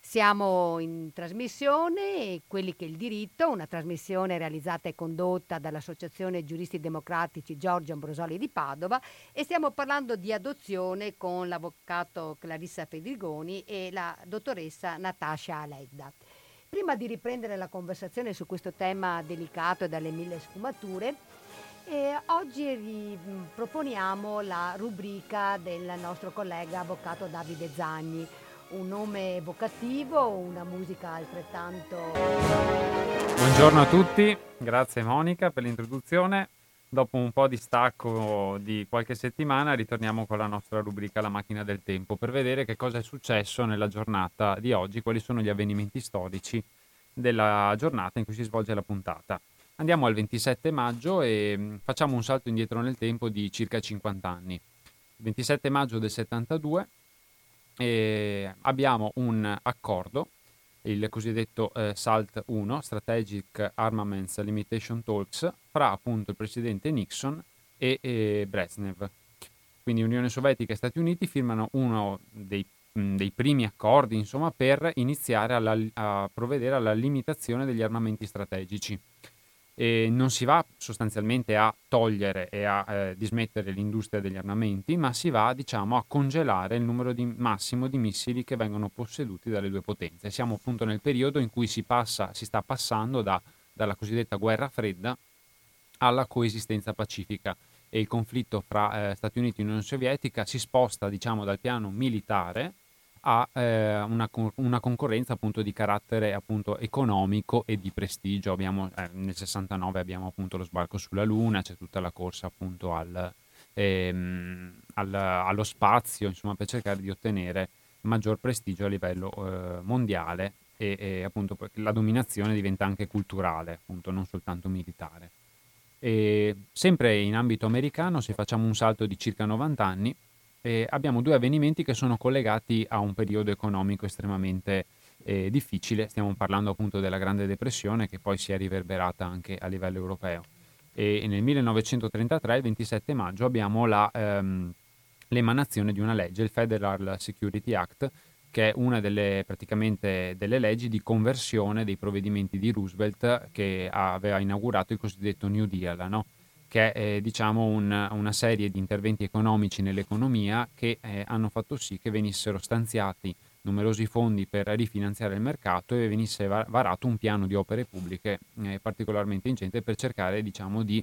Siamo in trasmissione Quelli che il diritto, una trasmissione realizzata e condotta dall'Associazione Giuristi Democratici Giorgio Ambrosoli di Padova, e stiamo parlando di adozione con l'avvocato Clarissa Fedrigoni e la dottoressa Natascia Aledda. Prima di riprendere la conversazione su questo tema delicato e dalle mille sfumature, oggi vi proponiamo la rubrica del nostro collega avvocato Davide Zagni. Un nome evocativo, una musica altrettanto... Buongiorno a tutti, grazie Monica per l'introduzione. Dopo un po' di stacco di qualche settimana ritorniamo con la nostra rubrica La macchina del tempo per vedere che cosa è successo nella giornata di oggi, quali sono gli avvenimenti storici della giornata in cui si svolge la puntata. Andiamo al 27 maggio e facciamo un salto indietro nel tempo di circa 50 anni. Il 27 maggio del 72 abbiamo un accordo, il cosiddetto SALT 1, Strategic Armaments Limitation Talks, fra appunto il presidente Nixon e Brezhnev. Quindi Unione Sovietica e Stati Uniti firmano uno dei primi accordi, insomma, per iniziare a provvedere alla limitazione degli armamenti strategici. E non si va sostanzialmente a togliere e a dismettere l'industria degli armamenti, ma si va, diciamo, a congelare il numero massimo di missili che vengono posseduti dalle due potenze. Siamo appunto nel periodo in cui si sta passando dalla cosiddetta guerra fredda alla coesistenza pacifica, e il conflitto fra Stati Uniti e Unione Sovietica si sposta, diciamo, dal piano militare a una concorrenza appunto di carattere appunto economico e di prestigio. Abbiamo nel 69 abbiamo appunto lo sbarco sulla Luna, c'è tutta la corsa appunto allo spazio, insomma, per cercare di ottenere maggior prestigio a livello mondiale, e appunto la dominazione diventa anche culturale, appunto non soltanto militare. E sempre in ambito americano, se facciamo un salto di circa 90 anni, abbiamo due avvenimenti che sono collegati a un periodo economico estremamente difficile. Stiamo parlando appunto della Grande Depressione, che poi si è riverberata anche a livello europeo. E nel 1933, il 27 maggio, abbiamo l'emanazione di una legge, il Federal Security Act, che è una delle leggi di conversione dei provvedimenti di Roosevelt, che aveva inaugurato il cosiddetto New Deal, no? Che è diciamo una serie di interventi economici nell'economia che hanno fatto sì che venissero stanziati numerosi fondi per rifinanziare il mercato e venisse varato un piano di opere pubbliche particolarmente ingente per cercare, diciamo, di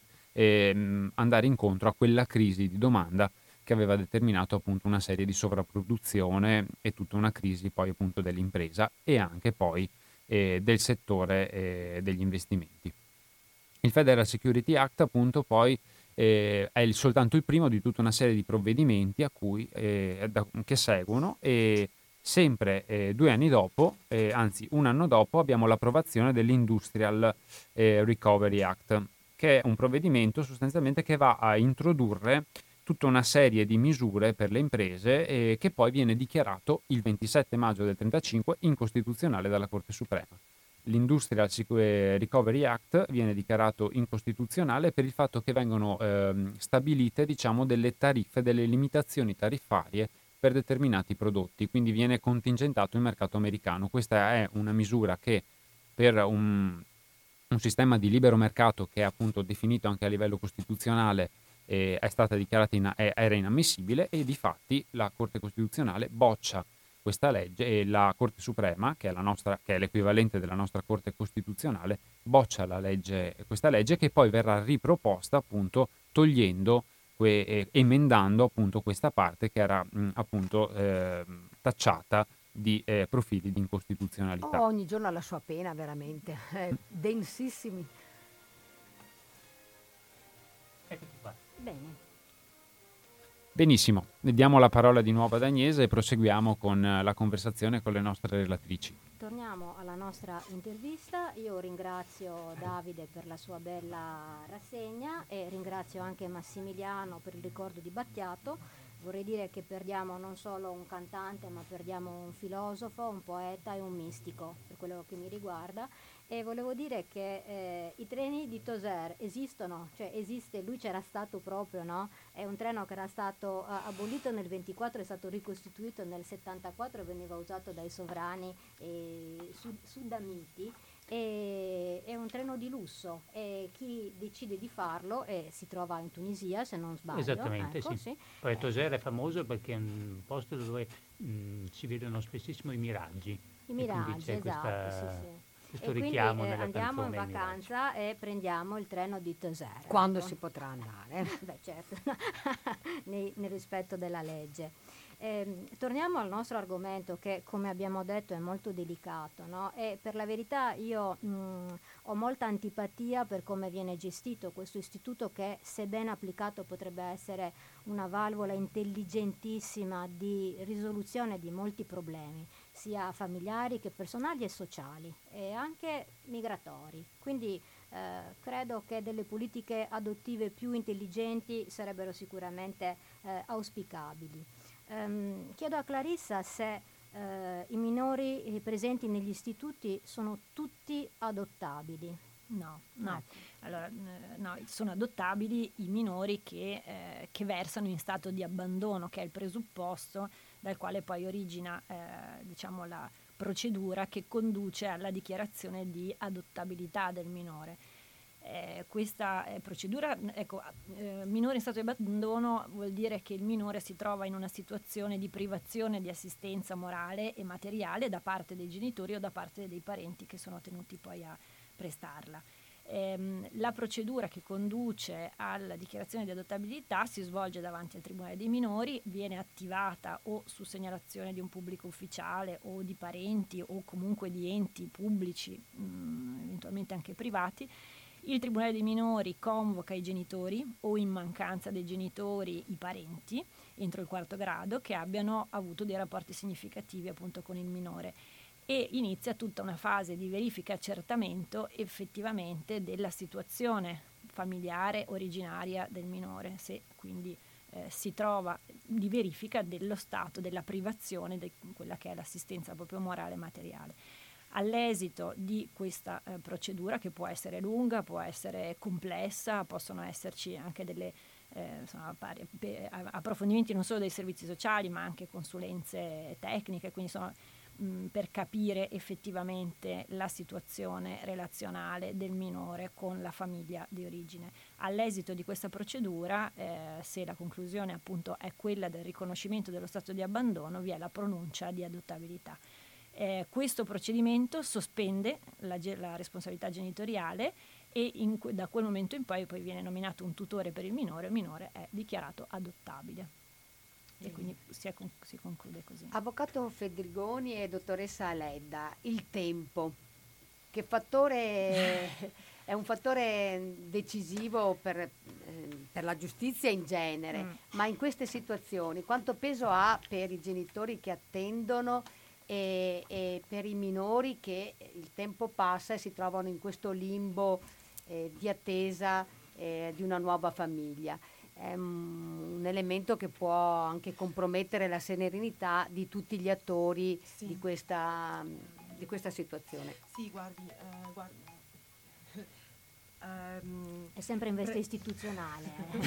andare incontro a quella crisi di domanda che aveva determinato appunto una serie di sovrapproduzione e tutta una crisi poi appunto dell'impresa e anche poi del settore degli investimenti. Il Federal Security Act appunto poi è soltanto il primo di tutta una serie di provvedimenti che seguono, e sempre 2 anni dopo, anzi un anno dopo, abbiamo l'approvazione dell'Industrial Recovery Act, che è un provvedimento sostanzialmente che va a introdurre tutta una serie di misure per le imprese che poi viene dichiarato il 27 maggio del 1935 incostituzionale dalla Corte Suprema. L'Industrial Recovery Act viene dichiarato incostituzionale per il fatto che vengono stabilite, diciamo, delle tariffe, delle limitazioni tariffarie per determinati prodotti, quindi viene contingentato il mercato americano. Questa è una misura che per un sistema di libero mercato che è appunto definito anche a livello costituzionale è stata dichiarata era inammissibile, e difatti la Corte Costituzionale boccia questa legge, e la Corte Suprema, che è l'equivalente della nostra Corte Costituzionale, boccia questa legge, che poi verrà riproposta appunto emendando appunto questa parte che era appunto tacciata di profili di incostituzionalità. Ogni giorno ha la sua pena, veramente, densissimi. Eccoci qua. Bene. Benissimo, diamo la parola di nuovo ad Agnese e proseguiamo con la conversazione con le nostre relatrici. Torniamo alla nostra intervista. Io ringrazio Davide per la sua bella rassegna e ringrazio anche Massimiliano per il ricordo di Battiato. Vorrei dire che perdiamo non solo un cantante, ma perdiamo un filosofo, un poeta e un mistico, per quello che mi riguarda. E volevo dire che i treni di Tozeur esistono, cioè esiste, lui c'era stato proprio, no? È un treno che era stato abolito nel 24, è stato ricostituito nel 74 e veniva usato dai sovrani sudamiti. È un treno di lusso e chi decide di farlo si trova in Tunisia, se non sbaglio. Esattamente, ecco, sì. Poi Tozeur è famoso perché è un posto dove si vedono spessissimo i miraggi. I miraggi, c'è esatto, sì. questo E quindi richiamo nella andiamo in canzone ai miraggi. vacanza e prendiamo il treno di Tozeur. Quando ecco. si potrà andare? Beh, certo, nel rispetto della legge. Torniamo al nostro argomento che, come abbiamo detto, è molto delicato, no? E per la verità io ho molta antipatia per come viene gestito questo istituto che, se ben applicato, potrebbe essere una valvola intelligentissima di risoluzione di molti problemi, sia familiari che personali e sociali, e anche migratori. Quindi credo che delle politiche adottive più intelligenti sarebbero sicuramente auspicabili. Chiedo a Clarissa se i minori presenti negli istituti sono tutti adottabili. No. Allora, no, sono adottabili i minori che versano in stato di abbandono, che è il presupposto dal quale poi origina diciamo la procedura che conduce alla dichiarazione di adottabilità del minore. Questa procedura, minore in stato di abbandono vuol dire che il minore si trova in una situazione di privazione di assistenza morale e materiale da parte dei genitori o da parte dei parenti che sono tenuti poi a prestarla. La procedura che conduce alla dichiarazione di adottabilità si svolge davanti al Tribunale dei minori, viene attivata o su segnalazione di un pubblico ufficiale o di parenti o comunque di enti pubblici, eventualmente anche privati. Il Tribunale dei minori convoca i genitori o, in mancanza dei genitori, i parenti entro il 4° grado che abbiano avuto dei rapporti significativi appunto con il minore, e inizia tutta una fase di verifica e accertamento effettivamente della situazione familiare originaria del minore, se quindi si trova di verifica dello stato della privazione di quella che è l'assistenza proprio morale e materiale. All'esito di questa procedura, che può essere lunga, può essere complessa, possono esserci anche delle approfondimenti non solo dei servizi sociali ma anche consulenze tecniche, quindi sono per capire effettivamente la situazione relazionale del minore con la famiglia di origine. All'esito di questa procedura, se la conclusione appunto è quella del riconoscimento dello stato di abbandono, vi è la pronuncia di adottabilità. Questo procedimento sospende la responsabilità genitoriale e da quel momento in poi viene nominato un tutore per il minore è dichiarato adottabile. E quindi si conclude così. Avvocato Fedrigoni e dottoressa Aledda, il tempo, che fattore è un fattore decisivo per la giustizia in genere, ma in queste situazioni quanto peso ha per i genitori che attendono e per i minori che il tempo passa e si trovano in questo limbo di attesa di una nuova famiglia? È un elemento che può anche compromettere la serenità di tutti gli attori di questa situazione. Sì, guardi. È sempre in veste istituzionale.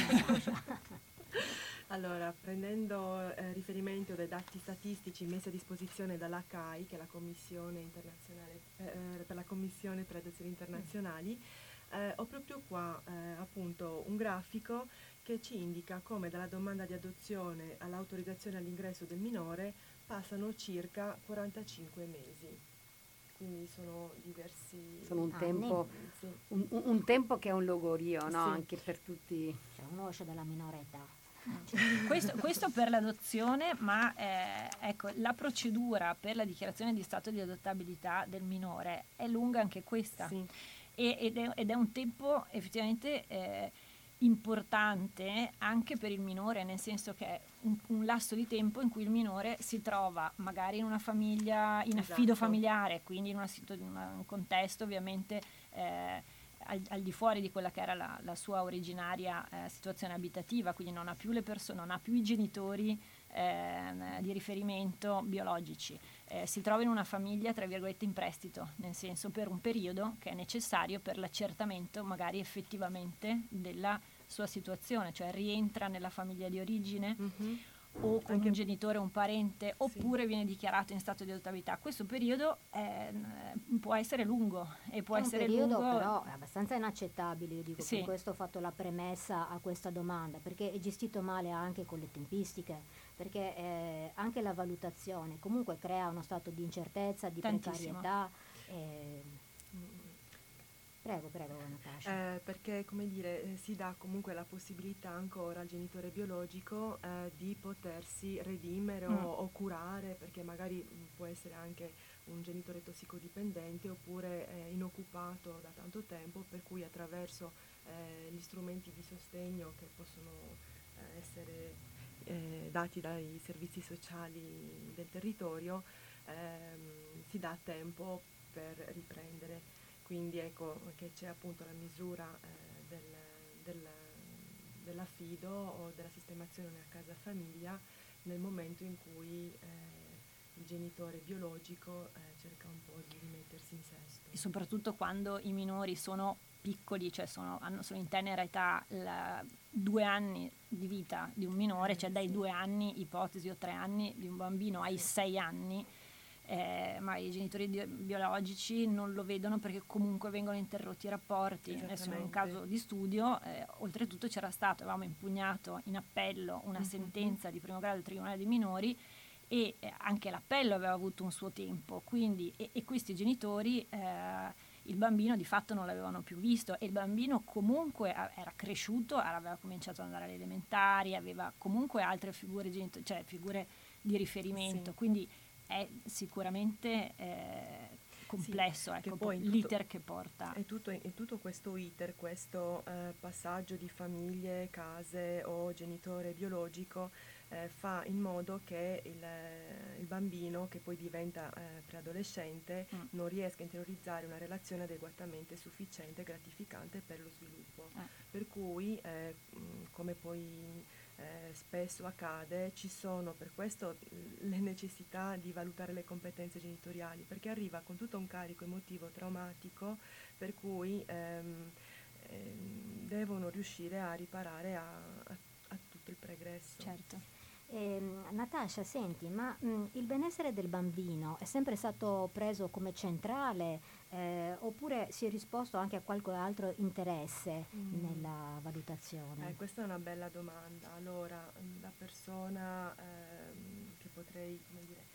Allora, prendendo riferimento dai dati statistici messi a disposizione dalla CAI, che è la Commissione internazionale per la Commissione per le adozioni internazionali, ho proprio qua appunto un grafico che ci indica come dalla domanda di adozione all'autorizzazione all'ingresso del minore passano circa 45 mesi. Quindi sono diversi... Sono un tempo, sì. un tempo che è un logorio, no? Sì. Anche per tutti. C'è un oscio della minore età. Questo per l'adozione, ma ecco, la procedura per la dichiarazione di stato di adottabilità del minore è lunga anche questa. Sì. Ed è un tempo effettivamente importante anche per il minore, nel senso che è un lasso di tempo in cui il minore si trova magari in una famiglia, in affido familiare, quindi in un contesto ovviamente al di fuori di quella che era la sua originaria situazione abitativa, quindi non ha più le persone, non ha più i genitori di riferimento biologici. si trova in una famiglia, tra virgolette, in prestito, nel senso per un periodo che è necessario per l'accertamento magari effettivamente della sua situazione, cioè rientra nella famiglia di origine o con un genitore o un parente, oppure viene dichiarato in stato di adottabilità. Questo periodo può essere lungo e può essere un periodo lungo, però abbastanza inaccettabile, io dico, per questo ho fatto la premessa a questa domanda, perché è gestito male anche con le tempistiche, perché anche la valutazione comunque crea uno stato di incertezza, di precarietà. Prego Natascia. Perché, come dire, si dà comunque la possibilità ancora al genitore biologico di potersi redimere o curare, perché magari può essere anche un genitore tossicodipendente oppure inoccupato da tanto tempo, per cui attraverso gli strumenti di sostegno che possono essere dati dai servizi sociali del territorio, si dà tempo per riprendere. Quindi ecco che c'è appunto la misura dell'affido o della sistemazione a casa famiglia nel momento in cui il genitore biologico cerca un po' di rimettersi in sesto. E soprattutto quando i minori sono piccoli, cioè sono in tenera età, 2 anni di vita di un minore, cioè dai 2 anni, ipotesi, o 3 anni di un bambino ai 6 anni, ma i genitori biologici non lo vedono perché comunque vengono interrotti i rapporti. Adesso è un caso di studio, oltretutto avevamo impugnato in appello una sentenza di primo grado del Tribunale dei minori e anche l'appello aveva avuto un suo tempo, quindi e questi genitori il bambino di fatto non l'avevano più visto e il bambino comunque era cresciuto, aveva cominciato ad andare alle elementari, aveva comunque altre figure figure di riferimento, quindi è sicuramente complesso, ecco, poi l'iter che porta. È tutto questo iter, questo passaggio di famiglie, case o genitore biologico fa in modo che il bambino, che poi diventa preadolescente, non riesca a interiorizzare una relazione adeguatamente sufficiente e gratificante per lo sviluppo. Per cui, come poi spesso accade, ci sono per questo le necessità di valutare le competenze genitoriali, perché arriva con tutto un carico emotivo traumatico, per cui devono riuscire a riparare a tutto il pregresso. Certo. Natascia, senti, ma il benessere del bambino è sempre stato preso come centrale oppure si è risposto anche a qualche altro interesse nella valutazione? Questa è una bella domanda. Allora, la persona che potrei, come dire,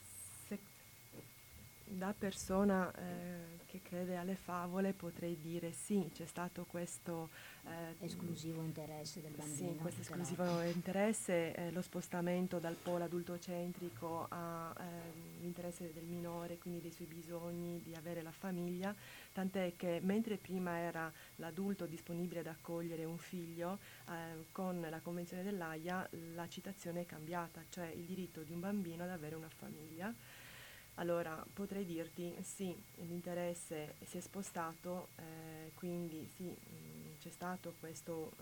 da persona che crede alle favole potrei dire sì, c'è stato questo esclusivo interesse del bambino. Sì, questo esclusivo interesse, lo spostamento dal polo adultocentrico all'interesse del minore, quindi dei suoi bisogni di avere la famiglia, tant'è che mentre prima era l'adulto disponibile ad accogliere un figlio, con la Convenzione dell'Aia la citazione è cambiata, cioè il diritto di un bambino ad avere una famiglia. Allora, potrei dirti sì, l'interesse si è spostato, quindi sì, c'è stato questo,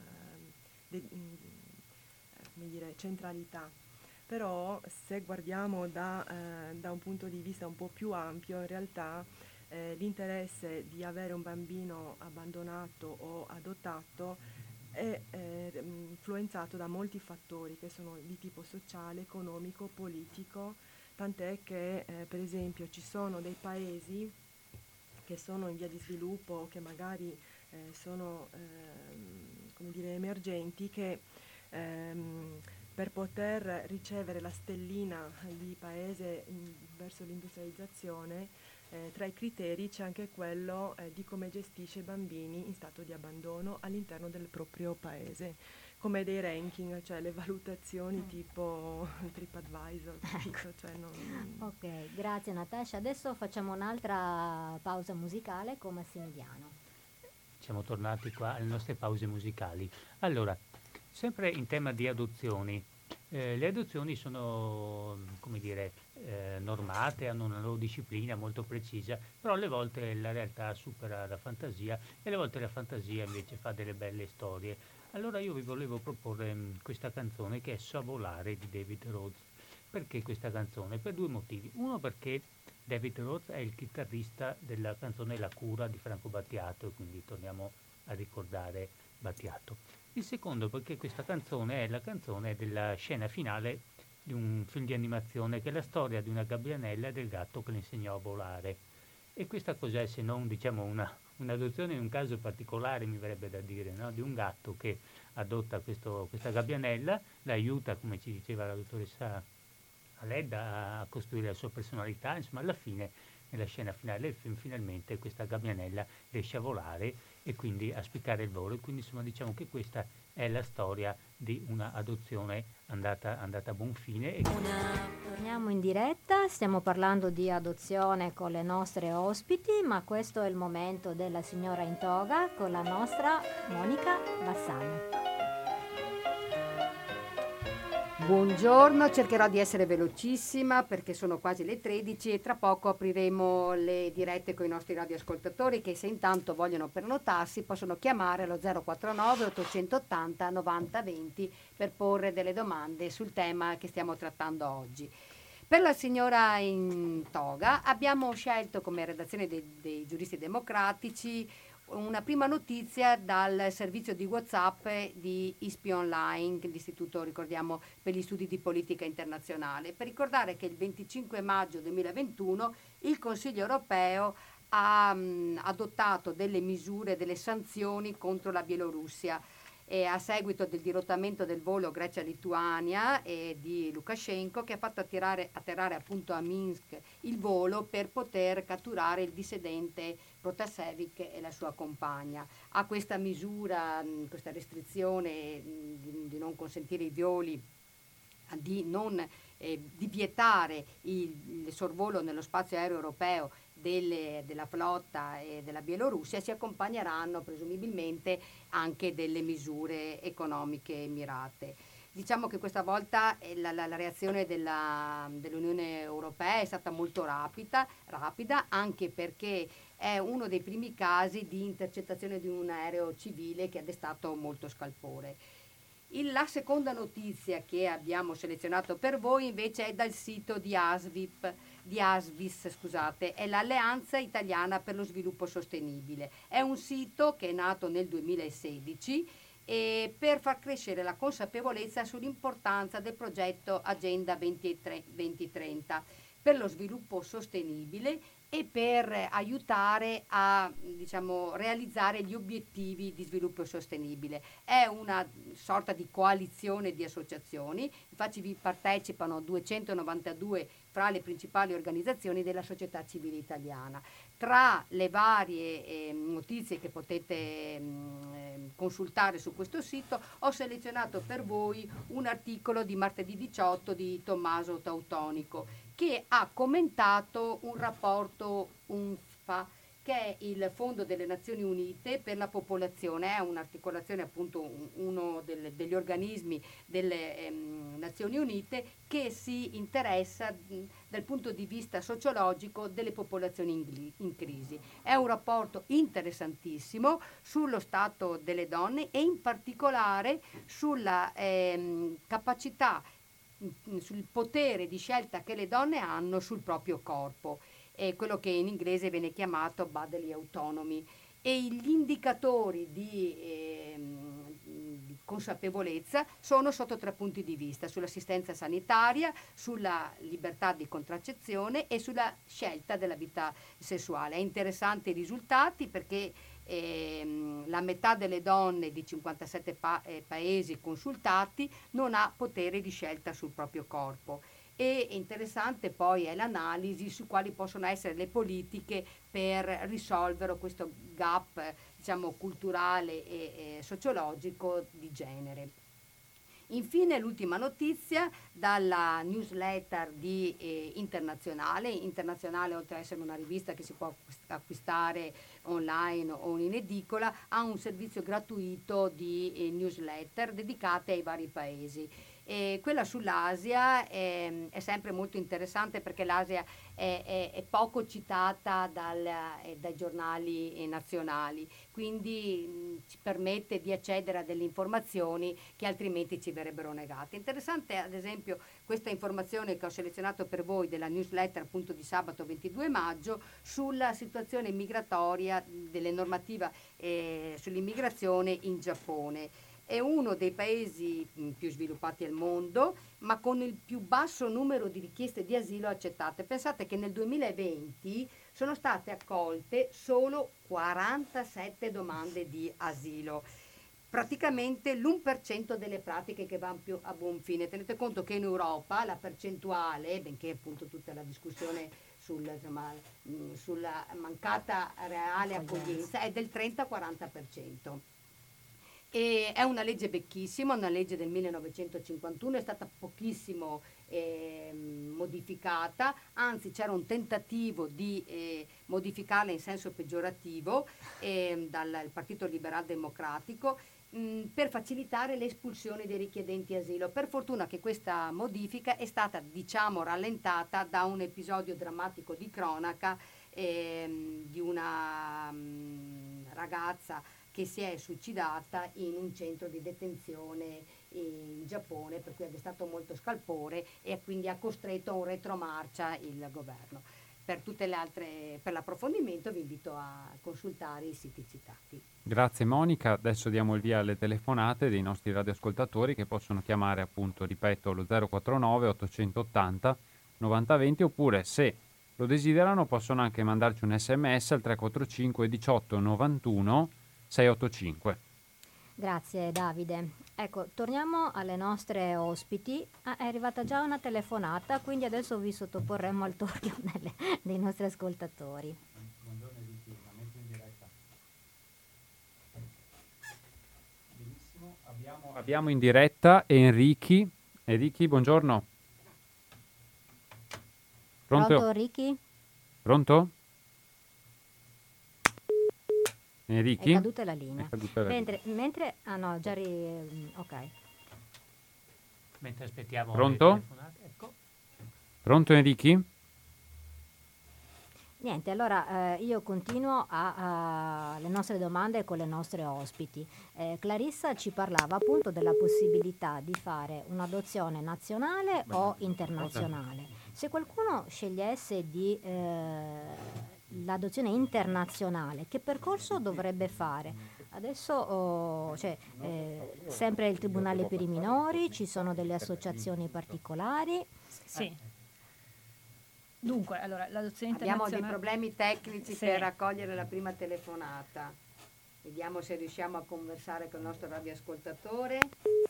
come dire, centralità. Però se guardiamo da un punto di vista un po' più ampio, in realtà l'interesse di avere un bambino abbandonato o adottato è influenzato da molti fattori che sono di tipo sociale, economico, politico, tant'è che per esempio ci sono dei paesi che sono in via di sviluppo o che magari sono come dire, emergenti, che per poter ricevere la stellina di paese verso l'industrializzazione, tra i criteri c'è anche quello di come gestisce i bambini in stato di abbandono all'interno del proprio paese, come dei ranking, cioè le valutazioni tipo TripAdvisor. Cioè Ok, grazie Natascia. Adesso facciamo un'altra pausa musicale con Massimiliano. Siamo tornati qua alle nostre pause musicali. Allora, sempre in tema di adozioni, le adozioni sono, come dire, normate, hanno una loro disciplina molto precisa, però alle volte la realtà supera la fantasia e alle volte la fantasia invece fa delle belle storie. Allora io vi volevo proporre questa canzone che è So volare di David Rhodes. Perché questa canzone? Per due motivi. Uno, perché David Roth è il chitarrista della canzone La cura di Franco Battiato, e quindi torniamo a ricordare Battiato. Il secondo, perché questa canzone è la canzone della scena finale di un film di animazione che è la storia di una gabbianella e del gatto che le insegnò a volare. E questa cos'è se non, diciamo, un'adozione in un caso particolare, mi verrebbe da dire, no? Di un gatto che adotta questa gabbianella, la aiuta, come ci diceva la dottoressa Aledda, a costruire la sua personalità. Insomma, alla fine, nella scena finale del film, finalmente questa gabbianella riesce a volare e quindi a spiccare il volo. E quindi, insomma, diciamo che questa è la storia di una adozione andata a buon fine. Torniamo in diretta, stiamo parlando di adozione con le nostre ospiti, ma questo è il momento della signora in toga con la nostra Monica Bassano. Buongiorno, cercherò di essere velocissima perché sono quasi le 13 e tra poco apriremo le dirette con i nostri radioascoltatori che, se intanto vogliono prenotarsi, possono chiamare allo 049 880 90 20 per porre delle domande sul tema che stiamo trattando oggi. Per la signora in toga abbiamo scelto come redazione dei giuristi democratici una prima notizia dal servizio di WhatsApp di ISPI Online, l'istituto, ricordiamo, per gli studi di politica internazionale, per ricordare che il 25 maggio 2021 il Consiglio europeo ha adottato delle misure, delle sanzioni contro la Bielorussia. E a seguito del dirottamento del volo Grecia-Lituania e di Lukashenko, che ha fatto atterrare appunto a Minsk il volo per poter catturare il dissidente Protasevich e la sua compagna. A questa misura, questa restrizione di non consentire i voli, di vietare il sorvolo nello spazio aereo europeo della flotta e della Bielorussia, si accompagneranno presumibilmente anche delle misure economiche mirate. Diciamo che questa volta la reazione dell'Unione Europea è stata molto rapida, anche perché è uno dei primi casi di intercettazione di un aereo civile che ha destato molto scalpore. La seconda notizia che abbiamo selezionato per voi invece è dal sito di ASVIS, è l'Alleanza Italiana per lo Sviluppo Sostenibile. È un sito che è nato nel 2016 per far crescere la consapevolezza sull'importanza del progetto Agenda 2030 per lo sviluppo sostenibile e per aiutare a realizzare gli obiettivi di sviluppo sostenibile. È una sorta di coalizione di associazioni, infatti vi partecipano 292 fra le principali organizzazioni della società civile italiana. Tra le varie notizie che potete consultare su questo sito, ho selezionato per voi un articolo di martedì 18 di Tommaso Tautonico, che ha commentato un rapporto UNFPA, che è il Fondo delle Nazioni Unite per la popolazione. È un'articolazione, appunto, uno degli organismi delle Nazioni Unite che si interessa dal punto di vista sociologico delle popolazioni in crisi. È un rapporto interessantissimo sullo stato delle donne e in particolare sulla capacità, sul potere di scelta che le donne hanno sul proprio corpo, quello che in inglese viene chiamato bodily autonomy, e gli indicatori di consapevolezza sono sotto tre punti di vista: sull'assistenza sanitaria, sulla libertà di contraccezione e sulla scelta della vita sessuale. È interessante i risultati perché la metà delle donne di 57 paesi consultati non ha potere di scelta sul proprio corpo. E interessante poi è l'analisi su quali possono essere le politiche per risolvere questo gap, culturale e sociologico di genere. Infine l'ultima notizia dalla newsletter di Internazionale, oltre ad essere una rivista che si può acquistare online o in edicola, ha un servizio gratuito di newsletter dedicate ai vari paesi. E quella sull'Asia è sempre molto interessante perché l'Asia è poco citata dai giornali nazionali, quindi ci permette di accedere a delle informazioni che altrimenti ci verrebbero negate. Interessante ad esempio questa informazione che ho selezionato per voi della newsletter appunto di sabato 22 maggio sulla situazione migratoria delle normative sull'immigrazione in Giappone. È uno dei paesi più sviluppati al mondo, ma con il più basso numero di richieste di asilo accettate. Pensate che nel 2020 sono state accolte solo 47 domande di asilo, praticamente l'1% delle pratiche che vanno più a buon fine. Tenete conto che in Europa la percentuale, benché appunto tutta la discussione sulla mancata reale accoglienza, è del 30-40%. E è una legge vecchissima, una legge del 1951, è stata pochissimo modificata, anzi c'era un tentativo di modificarla in senso peggiorativo dal Partito Liberal Democratico per facilitare l'espulsione dei richiedenti asilo. Per fortuna che questa modifica è stata, diciamo, rallentata da un episodio drammatico di cronaca di una ragazza che si è suicidata in un centro di detenzione in Giappone, per cui è stato molto scalpore e quindi ha costretto a un retromarcia il governo. Per tutte le altre, per l'approfondimento vi invito a consultare i siti citati. Grazie Monica, adesso diamo il via alle telefonate dei nostri radioascoltatori che possono chiamare appunto, ripeto, lo 049 880 9020 oppure se lo desiderano possono anche mandarci un sms al 345 18 91 685. Grazie Davide. Ecco, torniamo alle nostre ospiti. È arrivata già una telefonata, quindi adesso vi sottoporremo al torchio dei nostri ascoltatori. Buongiorno Enrico, la metto in diretta. Benissimo, abbiamo in diretta Enrichi. Enrichi, buongiorno. Pronto Enrichi? Pronto? Enrichi? È caduta la linea. Mentre ok. Mentre aspettiamo Pronto? le telefonate, ecco. Pronto Enrichi? Niente, allora io continuo le nostre domande con le nostre ospiti. Clarissa ci parlava appunto della possibilità di fare un'adozione nazionale o internazionale. Se qualcuno scegliesse l'adozione internazionale, che percorso dovrebbe fare? Adesso sempre il Tribunale per i minori, ci sono delle associazioni particolari. Sì. Dunque, allora, l'adozione Abbiamo internazionale... dei problemi tecnici Sì. per raccogliere la prima telefonata. Vediamo se riusciamo a conversare con il nostro radioascoltatore.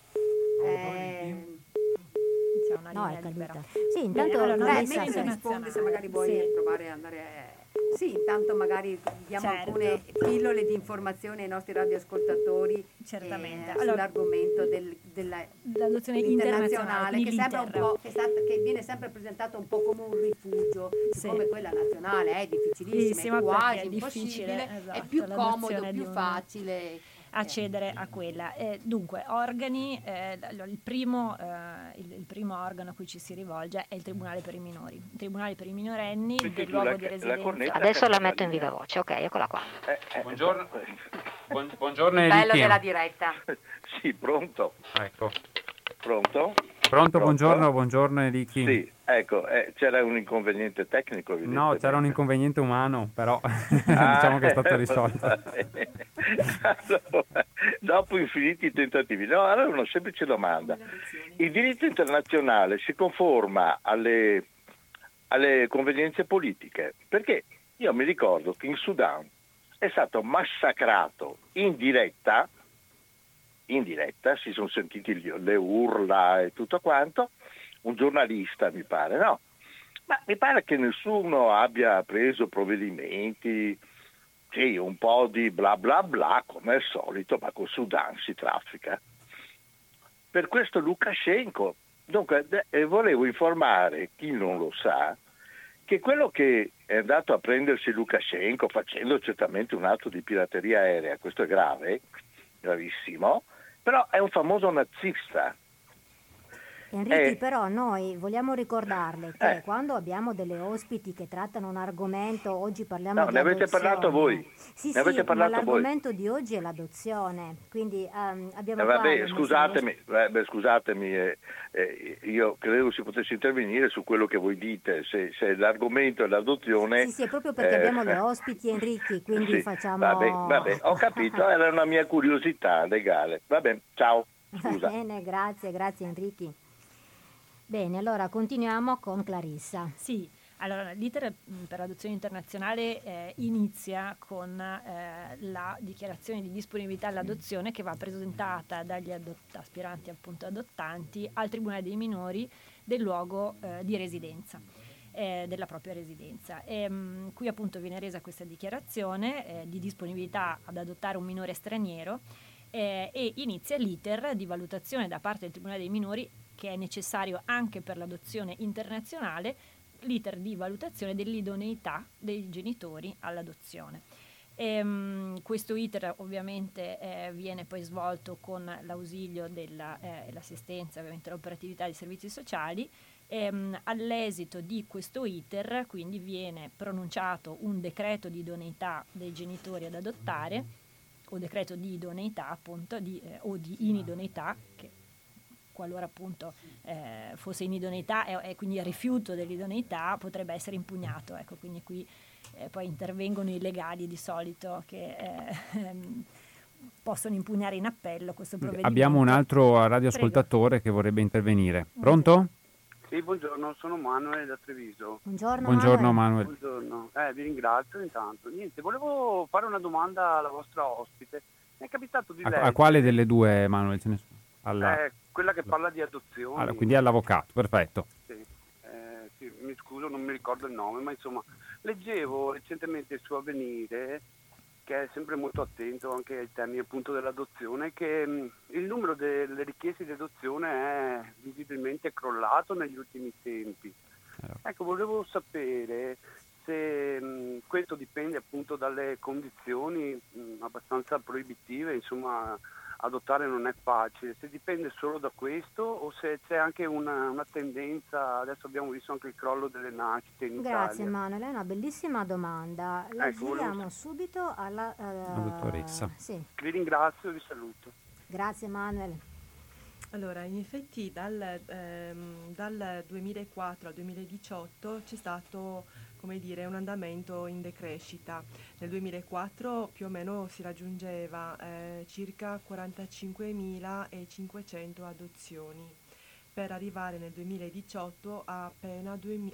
C'è una No, linea è caduta. libera. Sì, intanto Bene, allora, Clarissa, mentre sì. rispondi, se magari vuoi Sì. provare ad andare. Sì, intanto magari diamo Certo. alcune pillole di informazioni ai nostri radioascoltatori Certamente. sull'argomento della L'adozione internazionale, internazionale, che sembra un l'Inter. che viene sempre presentato un po' come un rifugio, Sì. come quella nazionale è difficilissima, è Difficile, quasi perché è difficile, impossibile, è esatto, più comodo, l'adozione più di un- facile. accedere a quella. Dunque, organi, il primo organo a cui ci si rivolge è il Tribunale per i minori. Il Tribunale per i minorenni del luogo di residenza. adesso la metto in viva voce, ok, eccola qua. Buongiorno. Buongiorno Il bello Enrichi. della diretta. Sì, pronto. Ecco. Pronto? Pronto, buongiorno Enrichi. Sì, ecco, c'era un inconveniente tecnico. No, evidentemente. c'era un inconveniente umano, però diciamo che è stato risolto. Allora, dopo infiniti tentativi, no, allora una semplice domanda. Il diritto internazionale si conforma alle convenienze politiche? Perché io mi ricordo che in Sudan è stato massacrato in diretta, si sono sentiti le urla e tutto quanto, un giornalista mi pare, no? Ma mi pare che nessuno abbia preso provvedimenti, sì, un po' di bla bla bla, come al solito, ma col Sudan si traffica. Per questo Lukashenko, dunque volevo informare chi non lo sa, che quello che è andato a prendersi Lukashenko facendo certamente un atto di pirateria aerea, questo è grave, gravissimo, però è un famoso nazista. Enrico, però noi vogliamo ricordarle che Eh. quando abbiamo delle ospiti che trattano un argomento, oggi parliamo No, di ne avete parlato voi. adozione. Sì, Ne avete sì, ma parlato voi. l'argomento di oggi è l'adozione, quindi abbiamo qua Vabbè, le scusatemi, io credo si potesse intervenire su quello che voi dite, se l'argomento è l'adozione. Sì, sì, è proprio perché abbiamo le ospiti, Enrico, quindi sì, facciamo... vabbè, ho capito, era una mia curiosità legale. Vabbè, ciao, scusa. Bene, grazie Enrico. Bene, allora continuiamo con Clarissa. Sì, allora l'iter per l'adozione internazionale inizia con la dichiarazione di disponibilità all'adozione che va presentata dagli aspiranti appunto adottanti al Tribunale dei minori del luogo di residenza, della propria residenza. Qui appunto viene resa questa dichiarazione di disponibilità ad adottare un minore straniero e inizia l'iter di valutazione da parte del Tribunale dei minori, che è necessario anche per l'adozione internazionale, l'iter di valutazione dell'idoneità dei genitori all'adozione. Questo iter ovviamente viene poi svolto con l'ausilio l'assistenza, ovviamente l'operatività dei servizi sociali. All'esito di questo iter quindi viene pronunciato un decreto di idoneità dei genitori ad adottare, o decreto di idoneità appunto o di inidoneità, che qualora appunto fosse inidoneità e quindi a rifiuto dell'idoneità potrebbe essere impugnato. Ecco, quindi qui poi intervengono i legali di solito che possono impugnare in appello questo provvedimento. Abbiamo un altro radioascoltatore che vorrebbe intervenire. Pronto? Sì, buongiorno, sono Manuel da Treviso. Buongiorno Manuel. Buongiorno, vi ringrazio intanto. Niente, volevo fare una domanda alla vostra ospite. Mi è capitato di leggere... A quale delle due, Manuel? Ce ne sono? Quella che parla di adozioni. Allora, quindi all'avvocato, perfetto. Sì, sì, mi scuso, non mi ricordo il nome, ma insomma, leggevo recentemente su Avvenire, che è sempre molto attento anche ai temi appunto dell'adozione, che il numero delle richieste di adozione è visibilmente crollato negli ultimi tempi. Ecco, volevo sapere se questo dipende appunto dalle condizioni abbastanza proibitive, insomma adottare non è facile, se dipende solo da questo o se c'è anche una tendenza. Adesso abbiamo visto anche il crollo delle nascite in Grazie Italia. Manuel, è una bellissima domanda. La giriamo subito alla dottoressa. Sì. Vi ringrazio e vi saluto. Grazie Manuel. Allora, in effetti dal 2004 al 2018 c'è stato, come dire, un andamento in decrescita. Nel 2004 più o meno si raggiungeva circa 45.500 adozioni, per arrivare nel 2018 a appena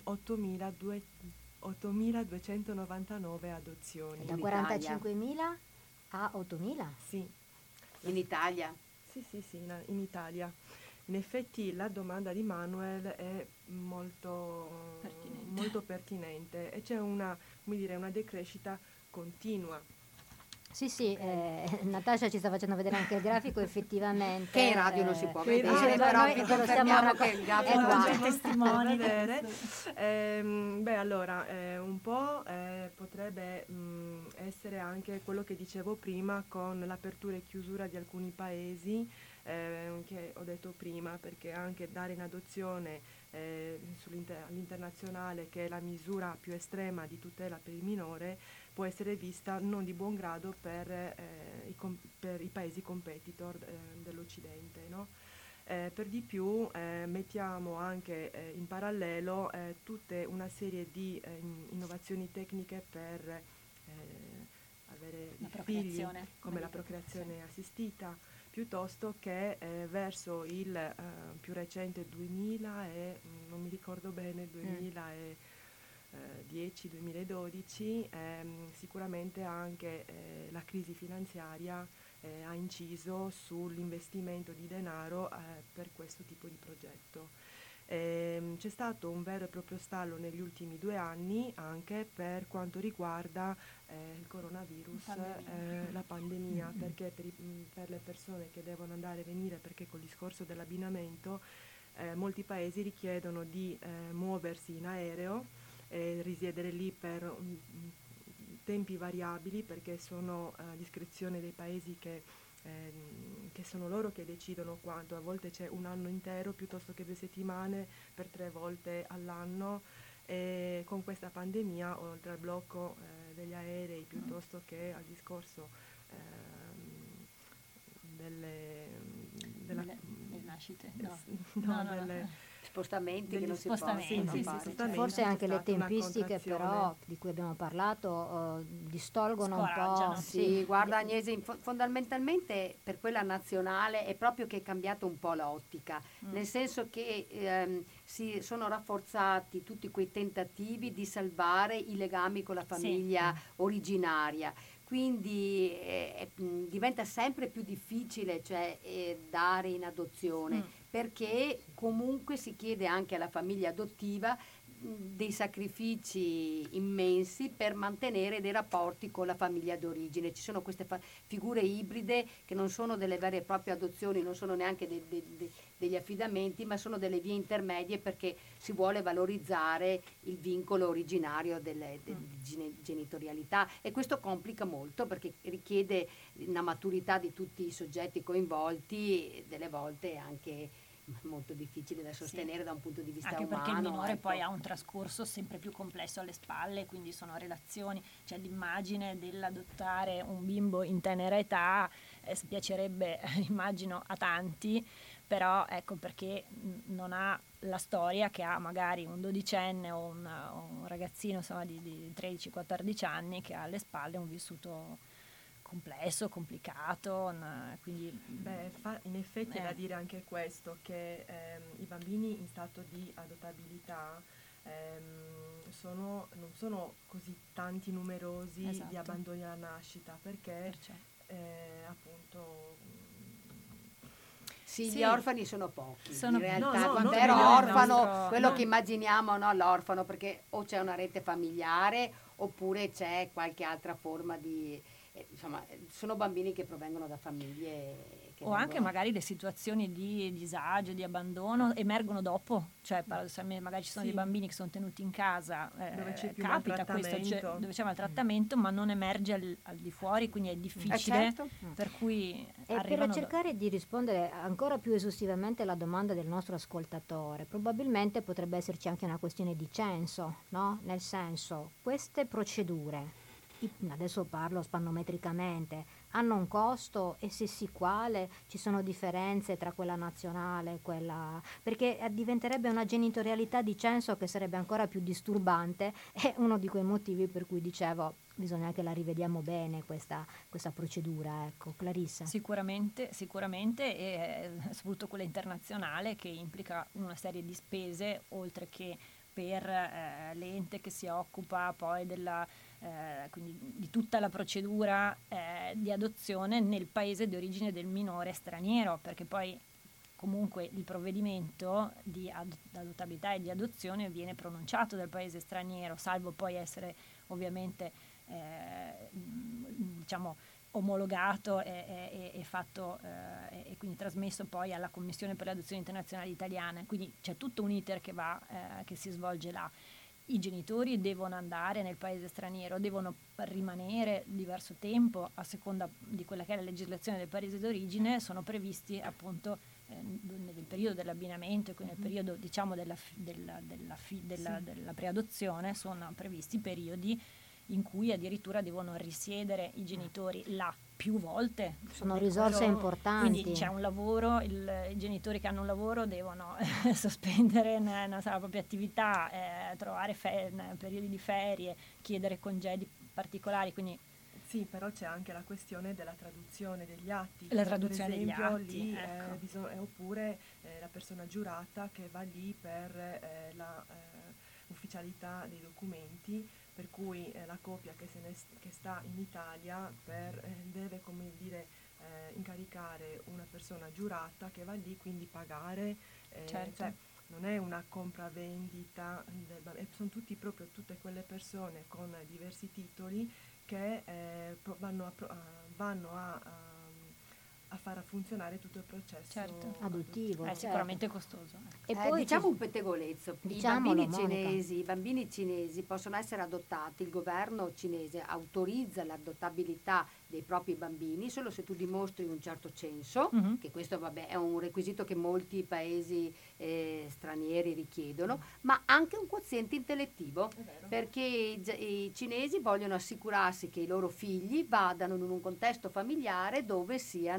8.299 adozioni. Da 45.000 a 8.000? Sì. In Italia? Sì, in Italia. In effetti la domanda di Manuel è molto pertinente e c'è una decrescita continua. Sì, Natascia ci sta facendo vedere anche il grafico, effettivamente. Che in radio non si può vedere, però però noi vi lo confermiamo che il grafico qua. testimoni. Allora, un po' potrebbe essere anche quello che dicevo prima con l'apertura e chiusura di alcuni paesi, che ho detto prima, perché anche dare in adozione all'internazionale, che è la misura più estrema di tutela per il minore, può essere vista non di buon grado per i paesi competitor dell'Occidente, no? Per di più mettiamo anche in parallelo tutta una serie di innovazioni tecniche per avere figli, come la procreazione assistita, piuttosto che verso il più recente 2000 e non mi ricordo bene, 2010-2012, sicuramente anche la crisi finanziaria ha inciso sull'investimento di denaro per questo tipo di progetto. C'è stato un vero e proprio stallo negli ultimi 2 anni anche per quanto riguarda il coronavirus, la pandemia, perché per le persone che devono andare e venire, perché col discorso dell'abbinamento molti paesi richiedono di muoversi in aereo e risiedere lì per tempi variabili, perché sono a discrezione dei paesi che sono loro che decidono quanto. A volte c'è un anno intero piuttosto che 2 settimane per 3 volte all'anno. E con questa pandemia, oltre al blocco degli aerei piuttosto che al discorso delle nascite, spostamenti che non si spostamenti, possono sì, fare. Forse anche le c'è stata una tempistiche contrazione. però di cui abbiamo parlato distolgono un po'. Scoraggiano. Sì, guarda Agnese, fondamentalmente per quella nazionale è proprio che è cambiata un po' l'ottica, nel senso che si sono rafforzati tutti quei tentativi di salvare i legami con la famiglia originaria. Quindi diventa sempre più difficile, cioè, dare in adozione, perché comunque si chiede anche alla famiglia adottiva dei sacrifici immensi per mantenere dei rapporti con la famiglia d'origine. Ci sono queste figure ibride che non sono delle vere e proprie adozioni, non sono neanche degli affidamenti, ma sono delle vie intermedie perché si vuole valorizzare il vincolo originario di genitorialità, e questo complica molto perché richiede una maturità di tutti i soggetti coinvolti, delle volte anche molto difficile da sostenere da un punto di vista anche umano. perché il minore ecco. poi ha un trascorso sempre più complesso alle spalle, quindi sono relazioni, cioè l'immagine dell'adottare un bimbo in tenera età spiacerebbe immagino a tanti, però ecco perché non ha la storia che ha magari un dodicenne o un ragazzino insomma di 13-14 anni che ha alle spalle un vissuto complesso, complicato, quindi in effetti è da dire anche questo, che i bambini in stato di adottabilità non sono così tanti numerosi Esatto. di abbandoni alla nascita, perché perciò. appunto Sì, Sì. gli orfani sono pochi, Sono- in realtà, no, quando non ero nel orfano, nostro- quello no. che immaginiamo, no, l'orfano, perché o c'è una rete familiare oppure c'è qualche altra forma di... insomma, sono bambini che provengono da famiglie che O anche vengono- magari le situazioni di disagio, di abbandono emergono dopo, cioè paradossalmente magari ci sono Sì. dei bambini che sono tenuti in casa, Dove c'è più capita questo, maltrattamento. dove c'è maltrattamento ma non emerge al di fuori, quindi è difficile, certo. per cui E arrivano per cercare di rispondere ancora più esaustivamente alla domanda del nostro ascoltatore, probabilmente potrebbe esserci anche una questione di censo, no? Nel senso, queste procedure, adesso parlo spannometricamente, hanno un costo, e se sì quale? Ci sono differenze tra quella nazionale e quella... perché diventerebbe una genitorialità di censo che sarebbe ancora più disturbante, è uno di quei motivi per cui dicevo bisogna che la rivediamo bene questa procedura, ecco. Clarissa. Sicuramente, e soprattutto quella internazionale che implica una serie di spese, oltre che per l'ente che si occupa poi quindi di tutta la procedura di adozione nel paese di origine del minore straniero, perché poi comunque il provvedimento di adottabilità e di adozione viene pronunciato dal paese straniero, salvo poi essere ovviamente diciamo omologato e fatto e quindi trasmesso poi alla Commissione per le adozioni internazionali italiane, quindi c'è tutto un iter che si svolge là. I genitori devono andare nel paese straniero, devono rimanere diverso tempo a seconda di quella che è la legislazione del paese d'origine, sono previsti appunto nel periodo dell'abbinamento e quindi nel periodo diciamo della preadozione sono previsti periodi in cui addirittura devono risiedere i genitori là più volte. Sono risorse importanti. Quindi c'è un lavoro, i genitori che hanno un lavoro devono sospendere la propria attività, trovare periodi di ferie, chiedere congedi particolari, quindi Sì, però c'è anche la questione della traduzione degli atti. La traduzione per degli esempio, atti, lì, ecco. oppure la persona giurata che va lì per la ufficialità dei documenti, per cui la coppia che sta in Italia deve, come dire, incaricare una persona giurata che va lì, quindi pagare, Certo. cioè, non è una compravendita, sono tutte quelle persone con diversi titoli che vanno a far funzionare tutto il processo Certo. Adottivo. È sicuramente costoso. E poi diciamo un pettegolezzo, Diciamolo, i bambini cinesi possono essere adottati, il governo cinese autorizza l'adottabilità dei propri bambini solo se tu dimostri un certo censo, che questo vabbè è un requisito che molti paesi stranieri richiedono, ma anche un quoziente intellettivo, perché i cinesi vogliono assicurarsi che i loro figli vadano in un contesto familiare dove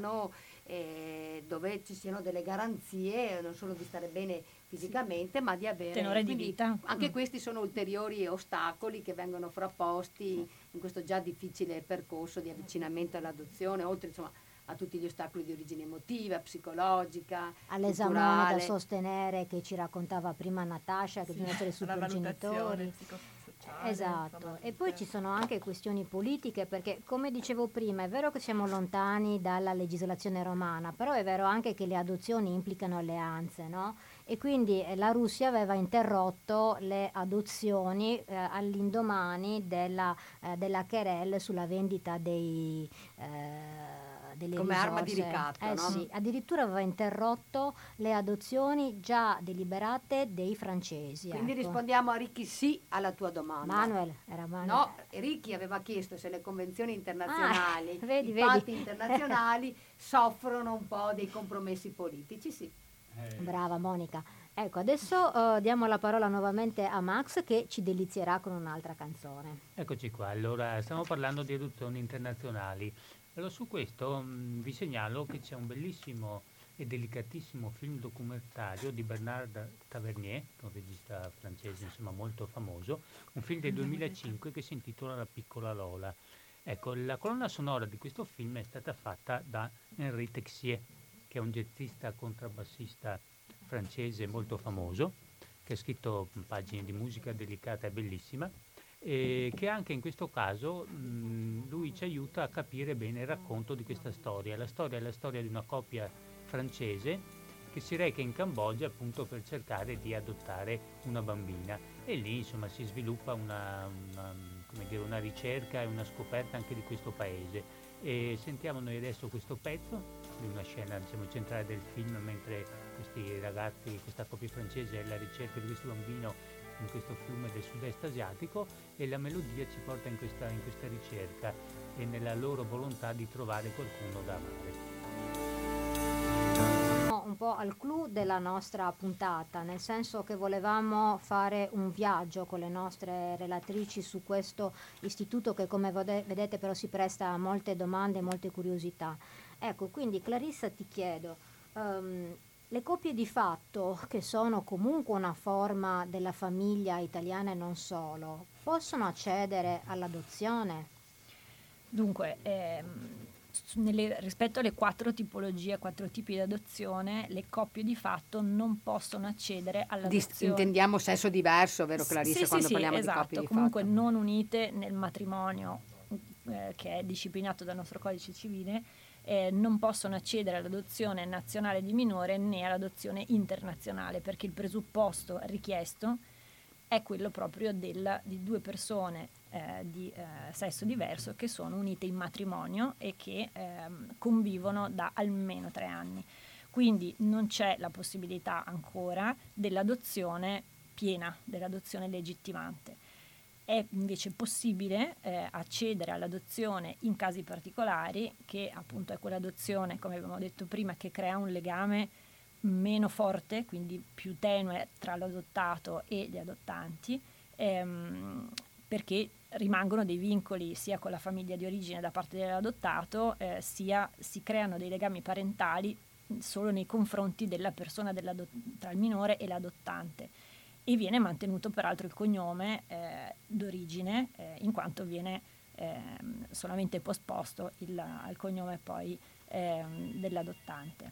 dove ci siano delle garanzie non solo di stare bene fisicamente, ma di avere tenore di vita. Anche questi sono ulteriori ostacoli che vengono frapposti in questo già difficile percorso di avvicinamento all'adozione, oltre insomma a tutti gli ostacoli di origine emotiva, psicologica, all'esame culturale. da sostenere che ci raccontava prima Natascia, che bisogna essere super genitori. Esatto, insomma, e poi ci sono anche questioni politiche, perché come dicevo prima è vero che siamo lontani dalla legislazione romana, però è vero anche che le adozioni implicano alleanze, no? E quindi la Russia aveva interrotto le adozioni all'indomani della querelle sulla vendita delle come risorse. arma di ricatto, no? Sì, addirittura aveva interrotto le adozioni già deliberate dei francesi. Quindi ecco. rispondiamo a Ricky sì alla tua domanda. Era Manuel. No, Ricky aveva chiesto se le convenzioni internazionali, vedi. i patti internazionali soffrono un po' dei compromessi politici, sì. Brava Monica. Ecco, adesso diamo la parola nuovamente a Max che ci delizierà con un'altra canzone. Eccoci qua, allora stiamo parlando di adozioni internazionali. Allora su questo vi segnalo che c'è un bellissimo e delicatissimo film documentario di Bernard Tavernier, un regista francese insomma molto famoso, un film del 2005 che si intitola La piccola Lola. Ecco, la colonna sonora di questo film è stata fatta da Henri Texier, che è un jazzista contrabbassista francese molto famoso, che ha scritto pagine di musica delicata e bellissima, e che anche in questo caso lui ci aiuta a capire bene il racconto di questa storia. La storia è la storia di una coppia francese che si reca in Cambogia appunto per cercare di adottare una bambina, e lì insomma si sviluppa una ricerca e una scoperta anche di questo paese. E sentiamo noi adesso questo pezzo di una scena diciamo centrale del film, mentre questi ragazzi, questa coppia francese è alla ricerca di questo bambino in questo fiume del sud-est asiatico, e la melodia ci porta in questa ricerca e nella loro volontà di trovare qualcuno da amare. Un po' al clou della nostra puntata, nel senso che volevamo fare un viaggio con le nostre relatrici su questo istituto che, come vedete, però si presta a molte domande e molte curiosità. Ecco, quindi Clarissa ti chiedo, le coppie di fatto, che sono comunque una forma della famiglia italiana e non solo, possono accedere all'adozione? Dunque, rispetto alle 4 tipologie, 4 tipi di adozione, le coppie di fatto non possono accedere all'adozione. Intendiamo sesso diverso, vero Clarissa, quando parliamo esatto, di coppie di comunque fatto? non unite nel matrimonio che è disciplinato dal nostro codice civile, non possono accedere all'adozione nazionale di minore né all'adozione internazionale, perché il presupposto richiesto è quello proprio di 2 persone di sesso diverso che sono unite in matrimonio e che convivono da almeno 3 anni. Quindi non c'è la possibilità ancora dell'adozione piena, dell'adozione legittimante. È invece possibile accedere all'adozione in casi particolari, che appunto è quell'adozione, come abbiamo detto prima, che crea un legame meno forte, quindi più tenue tra l'adottato e gli adottanti, perché rimangono dei vincoli sia con la famiglia di origine da parte dell'adottato, sia si creano dei legami parentali solo nei confronti della persona tra il minore e l'adottante, e viene mantenuto peraltro il cognome d'origine, in quanto viene solamente posposto al cognome poi dell'adottante.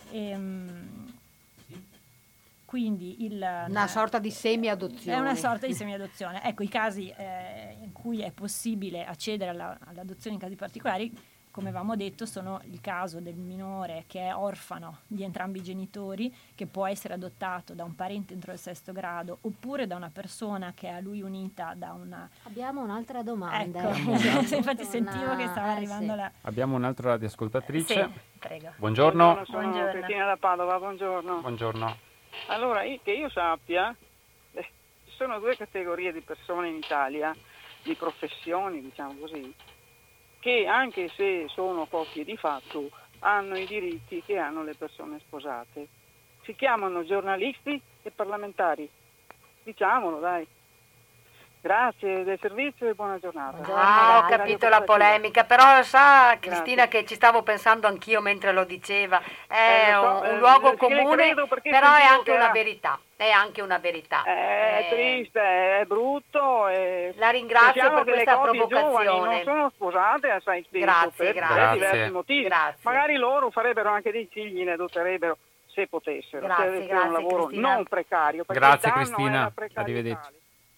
Quindi una sorta di semi-adozione. È una sorta di semi-adozione. Ecco, i casi in cui è possibile accedere all'adozione in casi particolari, come avevamo detto, sono il caso del minore che è orfano di entrambi i genitori, che può essere adottato da un parente entro il 6° grado, oppure da una persona che è a lui unita da una... Abbiamo un'altra domanda. Ecco, infatti sentivo che stava arrivando la... Abbiamo un'altra radioascoltatrice. Sì, prego. Buongiorno. Sono Cristina da Padova, buongiorno. Buongiorno. Allora, che io sappia, ci sono 2 categorie di persone in Italia, di professioni, diciamo così, che anche se sono coppie di fatto hanno i diritti che hanno le persone sposate. Si chiamano giornalisti e parlamentari, diciamolo dai. Grazie del servizio e buona giornata. Ho capito la polemica, però sa Cristina che ci stavo pensando anch'io mentre lo diceva, è un luogo comune, però è anche una verità, è anche una verità. È triste, è brutto. La ringrazio per questa provocazione. Non sono sposate assai spesso Grazie, per diversi motivi. Grazie. Magari loro farebbero anche dei figli, ne adotterebbero se potessero. Grazie, è un lavoro Cristina. non precario. Grazie Cristina, arrivederci.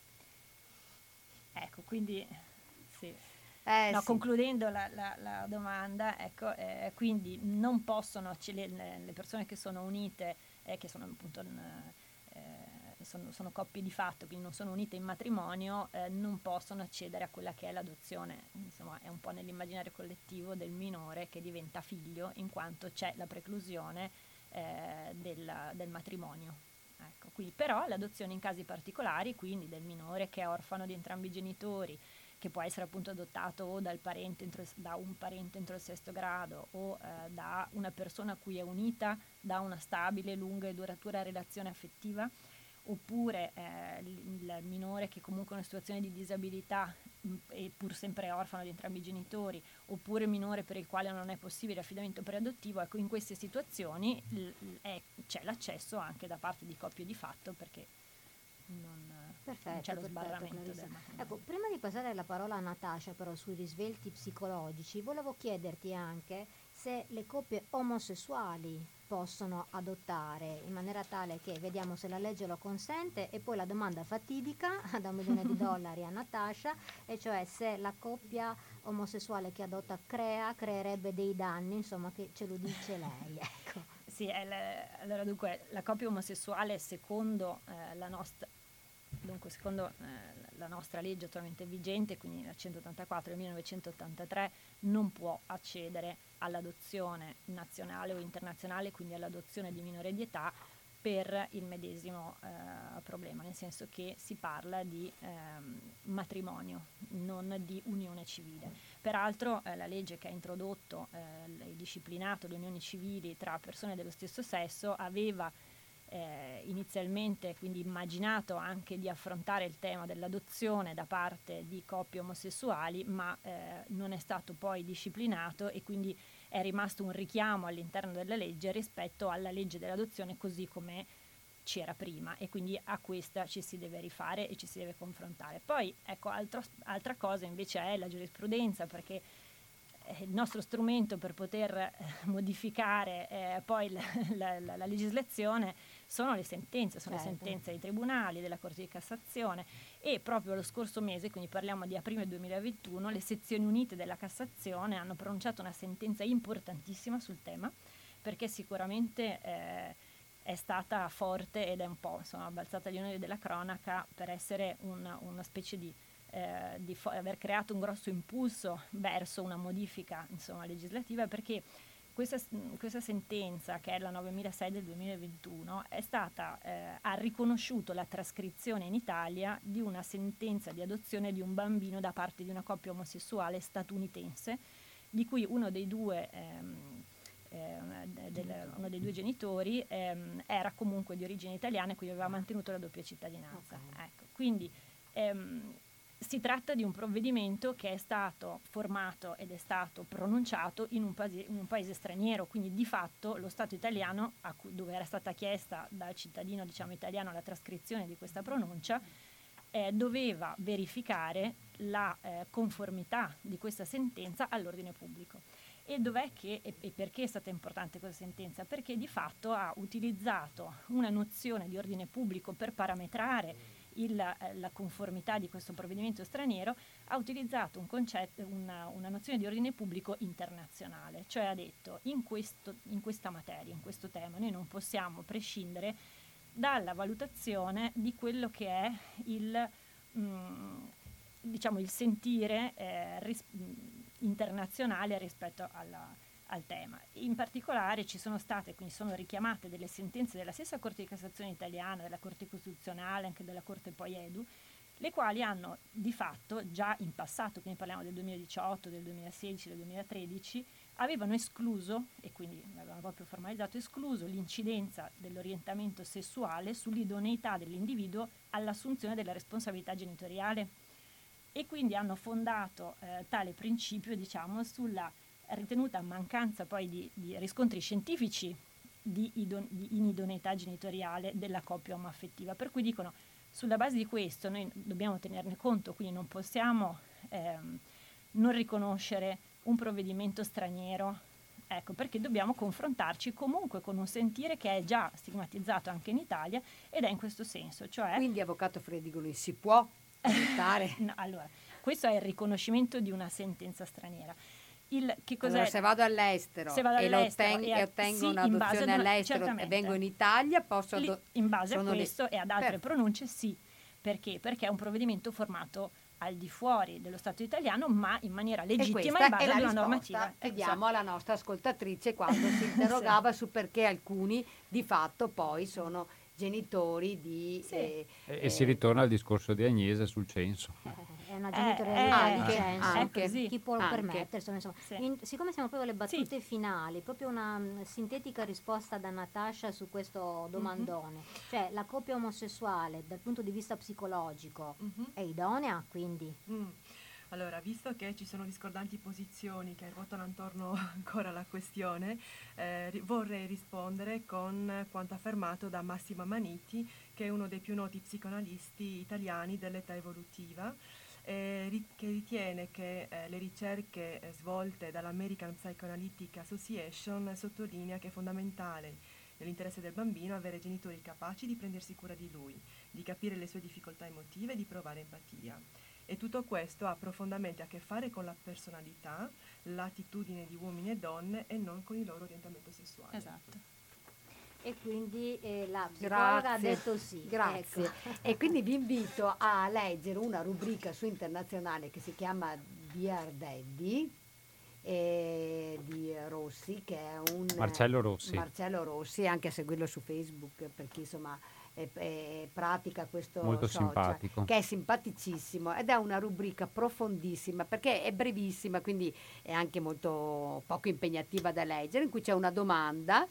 Ecco, quindi sì. Sì. Concludendo la domanda, ecco, quindi non possono le persone che sono unite, che sono appunto sono coppie di fatto, quindi non sono unite in matrimonio, non possono accedere a quella che è l'adozione. Insomma, è un po' nell'immaginario collettivo del minore che diventa figlio, in quanto c'è la preclusione del matrimonio. Ecco, qui però l'adozione in casi particolari, quindi del minore che è orfano di entrambi i genitori, che può essere appunto adottato o da un parente entro il sesto grado o da una persona a cui è unita da una stabile, lunga e duratura relazione affettiva, oppure il minore che comunque è in una situazione di disabilità e pur sempre orfano di entrambi i genitori, oppure minore per il quale non è possibile l'affidamento preadottivo. Ecco, in queste situazioni c'è l'accesso anche da parte di coppie di fatto, perché non c'è lo sbarramento del matrimonio. Ecco, prima di passare la parola a Natascia però sui risvelti psicologici, volevo chiederti anche se le coppie omosessuali possono adottare, in maniera tale che vediamo se la legge lo consente, e poi la domanda fatidica da $1 milione a Natascia, e cioè se la coppia omosessuale che adotta creerebbe dei danni, insomma, che ce lo dice lei. Ecco. Sì, allora dunque la coppia omosessuale secondo la nostra legge attualmente vigente, quindi la 184 del 1983, non può accedere all'adozione nazionale o internazionale, quindi all'adozione di minore di età, per il medesimo problema, nel senso che si parla di matrimonio, non di unione civile. Peraltro la legge che ha introdotto e disciplinato le unioni civili tra persone dello stesso sesso aveva inizialmente quindi immaginato anche di affrontare il tema dell'adozione da parte di coppie omosessuali, ma non è stato poi disciplinato, e quindi è rimasto un richiamo all'interno della legge rispetto alla legge dell'adozione così come c'era prima, e quindi a questa ci si deve rifare e ci si deve confrontare. Poi ecco, altra cosa invece è la giurisprudenza, perché il nostro strumento per poter modificare poi la legislazione sono le sentenze, le sentenze dei tribunali, della Corte di Cassazione, e proprio lo scorso mese, quindi parliamo di aprile 2021, le sezioni unite della Cassazione hanno pronunciato una sentenza importantissima sul tema, perché sicuramente è stata forte ed è un po' balzata agli onori della cronaca per essere una specie di aver creato un grosso impulso verso una modifica legislativa, perché questa sentenza, che è la 9006 del 2021, ha riconosciuto la trascrizione in Italia di una sentenza di adozione di un bambino da parte di una coppia omosessuale statunitense, di cui uno dei due genitori era comunque di origine italiana e quindi aveva mantenuto la doppia cittadinanza. Okay. Ecco, quindi si tratta di un provvedimento che è stato formato ed è stato pronunciato in un paese straniero, quindi di fatto lo Stato italiano, dove era stata chiesta dal cittadino italiano la trascrizione di questa pronuncia, doveva verificare la conformità di questa sentenza all'ordine pubblico. E perché è stata importante questa sentenza? Perché di fatto ha utilizzato una nozione di ordine pubblico per parametrare la conformità di questo provvedimento straniero, ha utilizzato una nozione di ordine pubblico internazionale, cioè ha detto in questa materia, in questo tema, noi non possiamo prescindere dalla valutazione di quello che è il sentire internazionale rispetto al tema. In particolare sono richiamate delle sentenze della stessa Corte di Cassazione italiana, della Corte Costituzionale, anche della Corte poi EDU, le quali hanno di fatto già in passato, quindi parliamo del 2018, del 2016, del 2013, avevano escluso, e quindi avevano proprio formalizzato, escluso l'incidenza dell'orientamento sessuale sull'idoneità dell'individuo all'assunzione della responsabilità genitoriale, e quindi hanno fondato tale principio, diciamo, sulla ritenuta mancanza poi di riscontri scientifici di inidoneità genitoriale della coppia omoaffettiva, per cui dicono, sulla base di questo noi dobbiamo tenerne conto, quindi non possiamo non riconoscere un provvedimento straniero, ecco, perché dobbiamo confrontarci comunque con un sentire che è già stigmatizzato anche in Italia, ed è in questo senso, cioè... Quindi, avvocato Fredigoli, si può adottare? No, allora, questo è il riconoscimento di una sentenza straniera. Che cos'è? Allora, se vado all'estero e ottengo un'adozione all'estero e vengo in Italia, posso in base a questo e ad altre pronunce, sì. Perché? Perché è un provvedimento formato al di fuori dello Stato italiano, ma in maniera legittima in base ad una normativa. E diamo alla nostra ascoltatrice quando si interrogava su perché alcuni di fatto poi sono genitori di... Sì. E si ritorna al discorso di Agnese sul censo. È una genitorialità di censo, anche. Chi può permetterselo, insomma. Sì. Siccome siamo proprio alle battute finali, proprio una sintetica risposta da Natascia su questo domandone, cioè la coppia omosessuale dal punto di vista psicologico è idonea, quindi? Allora, visto che ci sono discordanti posizioni che ruotano attorno ancora alla questione, vorrei rispondere con quanto affermato da Massimo Amaniti, che è uno dei più noti psicoanalisti italiani dell'età evolutiva, che ritiene che le ricerche svolte dall'American Psychoanalytic Association sottolinea che è fondamentale nell'interesse del bambino avere genitori capaci di prendersi cura di lui, di capire le sue difficoltà emotive e di provare empatia. E tutto questo ha profondamente a che fare con la personalità, l'attitudine di uomini e donne e non con il loro orientamento sessuale. Esatto. E quindi la psicologa ha detto sì. Grazie. Ecco. E quindi vi invito a leggere una rubrica su Internazionale che si chiama Dear Daddy, di Rossi, che è un... Marcello Rossi, anche a seguirlo su Facebook, per chi insomma... pratica questo molto social, simpatico, che è simpaticissimo, ed è una rubrica profondissima perché è brevissima, quindi è anche molto poco impegnativa da leggere, in cui c'è una domanda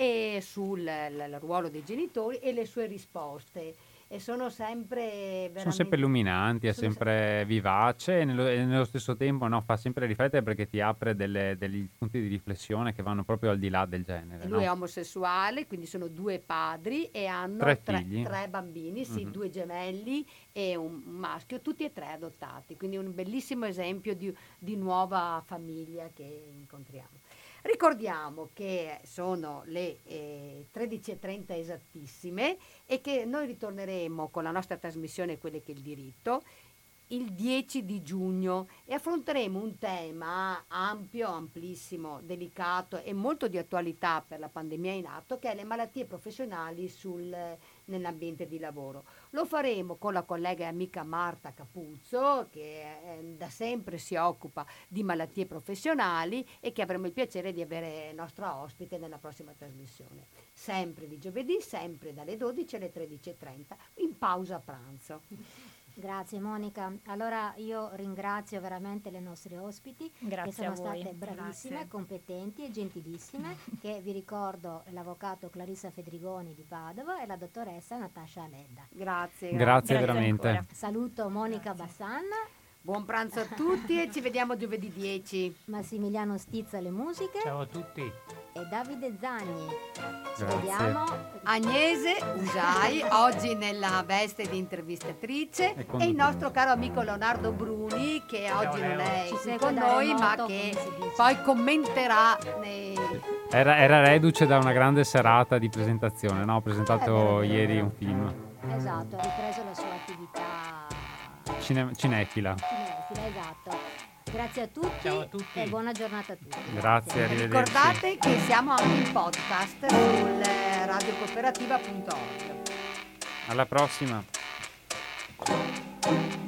sul ruolo dei genitori e le sue risposte, e sono sempre illuminanti, è sempre vivace e nello stesso tempo fa sempre riflettere, perché ti apre degli punti di riflessione che vanno proprio al di là del genere. Lui è omosessuale, quindi sono due padri e hanno tre bambini, sì, 2 gemelli e un maschio, tutti e 3 adottati, quindi un bellissimo esempio di nuova famiglia che incontriamo. Ricordiamo che sono le 13:30 esattissime e che noi ritorneremo con la nostra trasmissione Quelle che il diritto il 10 di giugno e affronteremo un tema ampio, amplissimo, delicato e molto di attualità per la pandemia in atto, che è le malattie professionali nell'ambiente di lavoro. Lo faremo con la collega e amica Marta Capuzzo, che da sempre si occupa di malattie professionali e che avremo il piacere di avere nostra ospite nella prossima trasmissione. Sempre di giovedì, sempre dalle 12 alle 13:30, in pausa pranzo. Grazie Monica. Allora io ringrazio veramente le nostre ospiti, grazie, che sono a voi. state bravissime, Grazie. Competenti e gentilissime, che vi ricordo l'avvocato Clarissa Fedrigoni di Padova e la dottoressa Natascia Ledda. Grazie veramente. Ancora. Saluto Monica Bassanna. Buon pranzo a tutti e ci vediamo giovedì 10. Massimiliano Stizza alle musiche. Ciao a tutti. E Davide Zagni. Ci Grazie. vediamo. Agnese Usai, oggi nella veste di intervistatrice, e il nostro caro amico Leonardo Bruni, che oggi non è Ci qui segue con da noi, remoto, ma come che si dice. poi commenterà Era reduce da una grande serata di presentazione, no? Ho presentato vero. ieri un film. Esatto, ha ripreso la sua attività Cinefila. cinefila, esatto. Grazie a tutti, Ciao a tutti. E buona giornata a tutti. Grazie, arrivederci. Ricordate che siamo anche in podcast sul radiocooperativa.org. Alla prossima.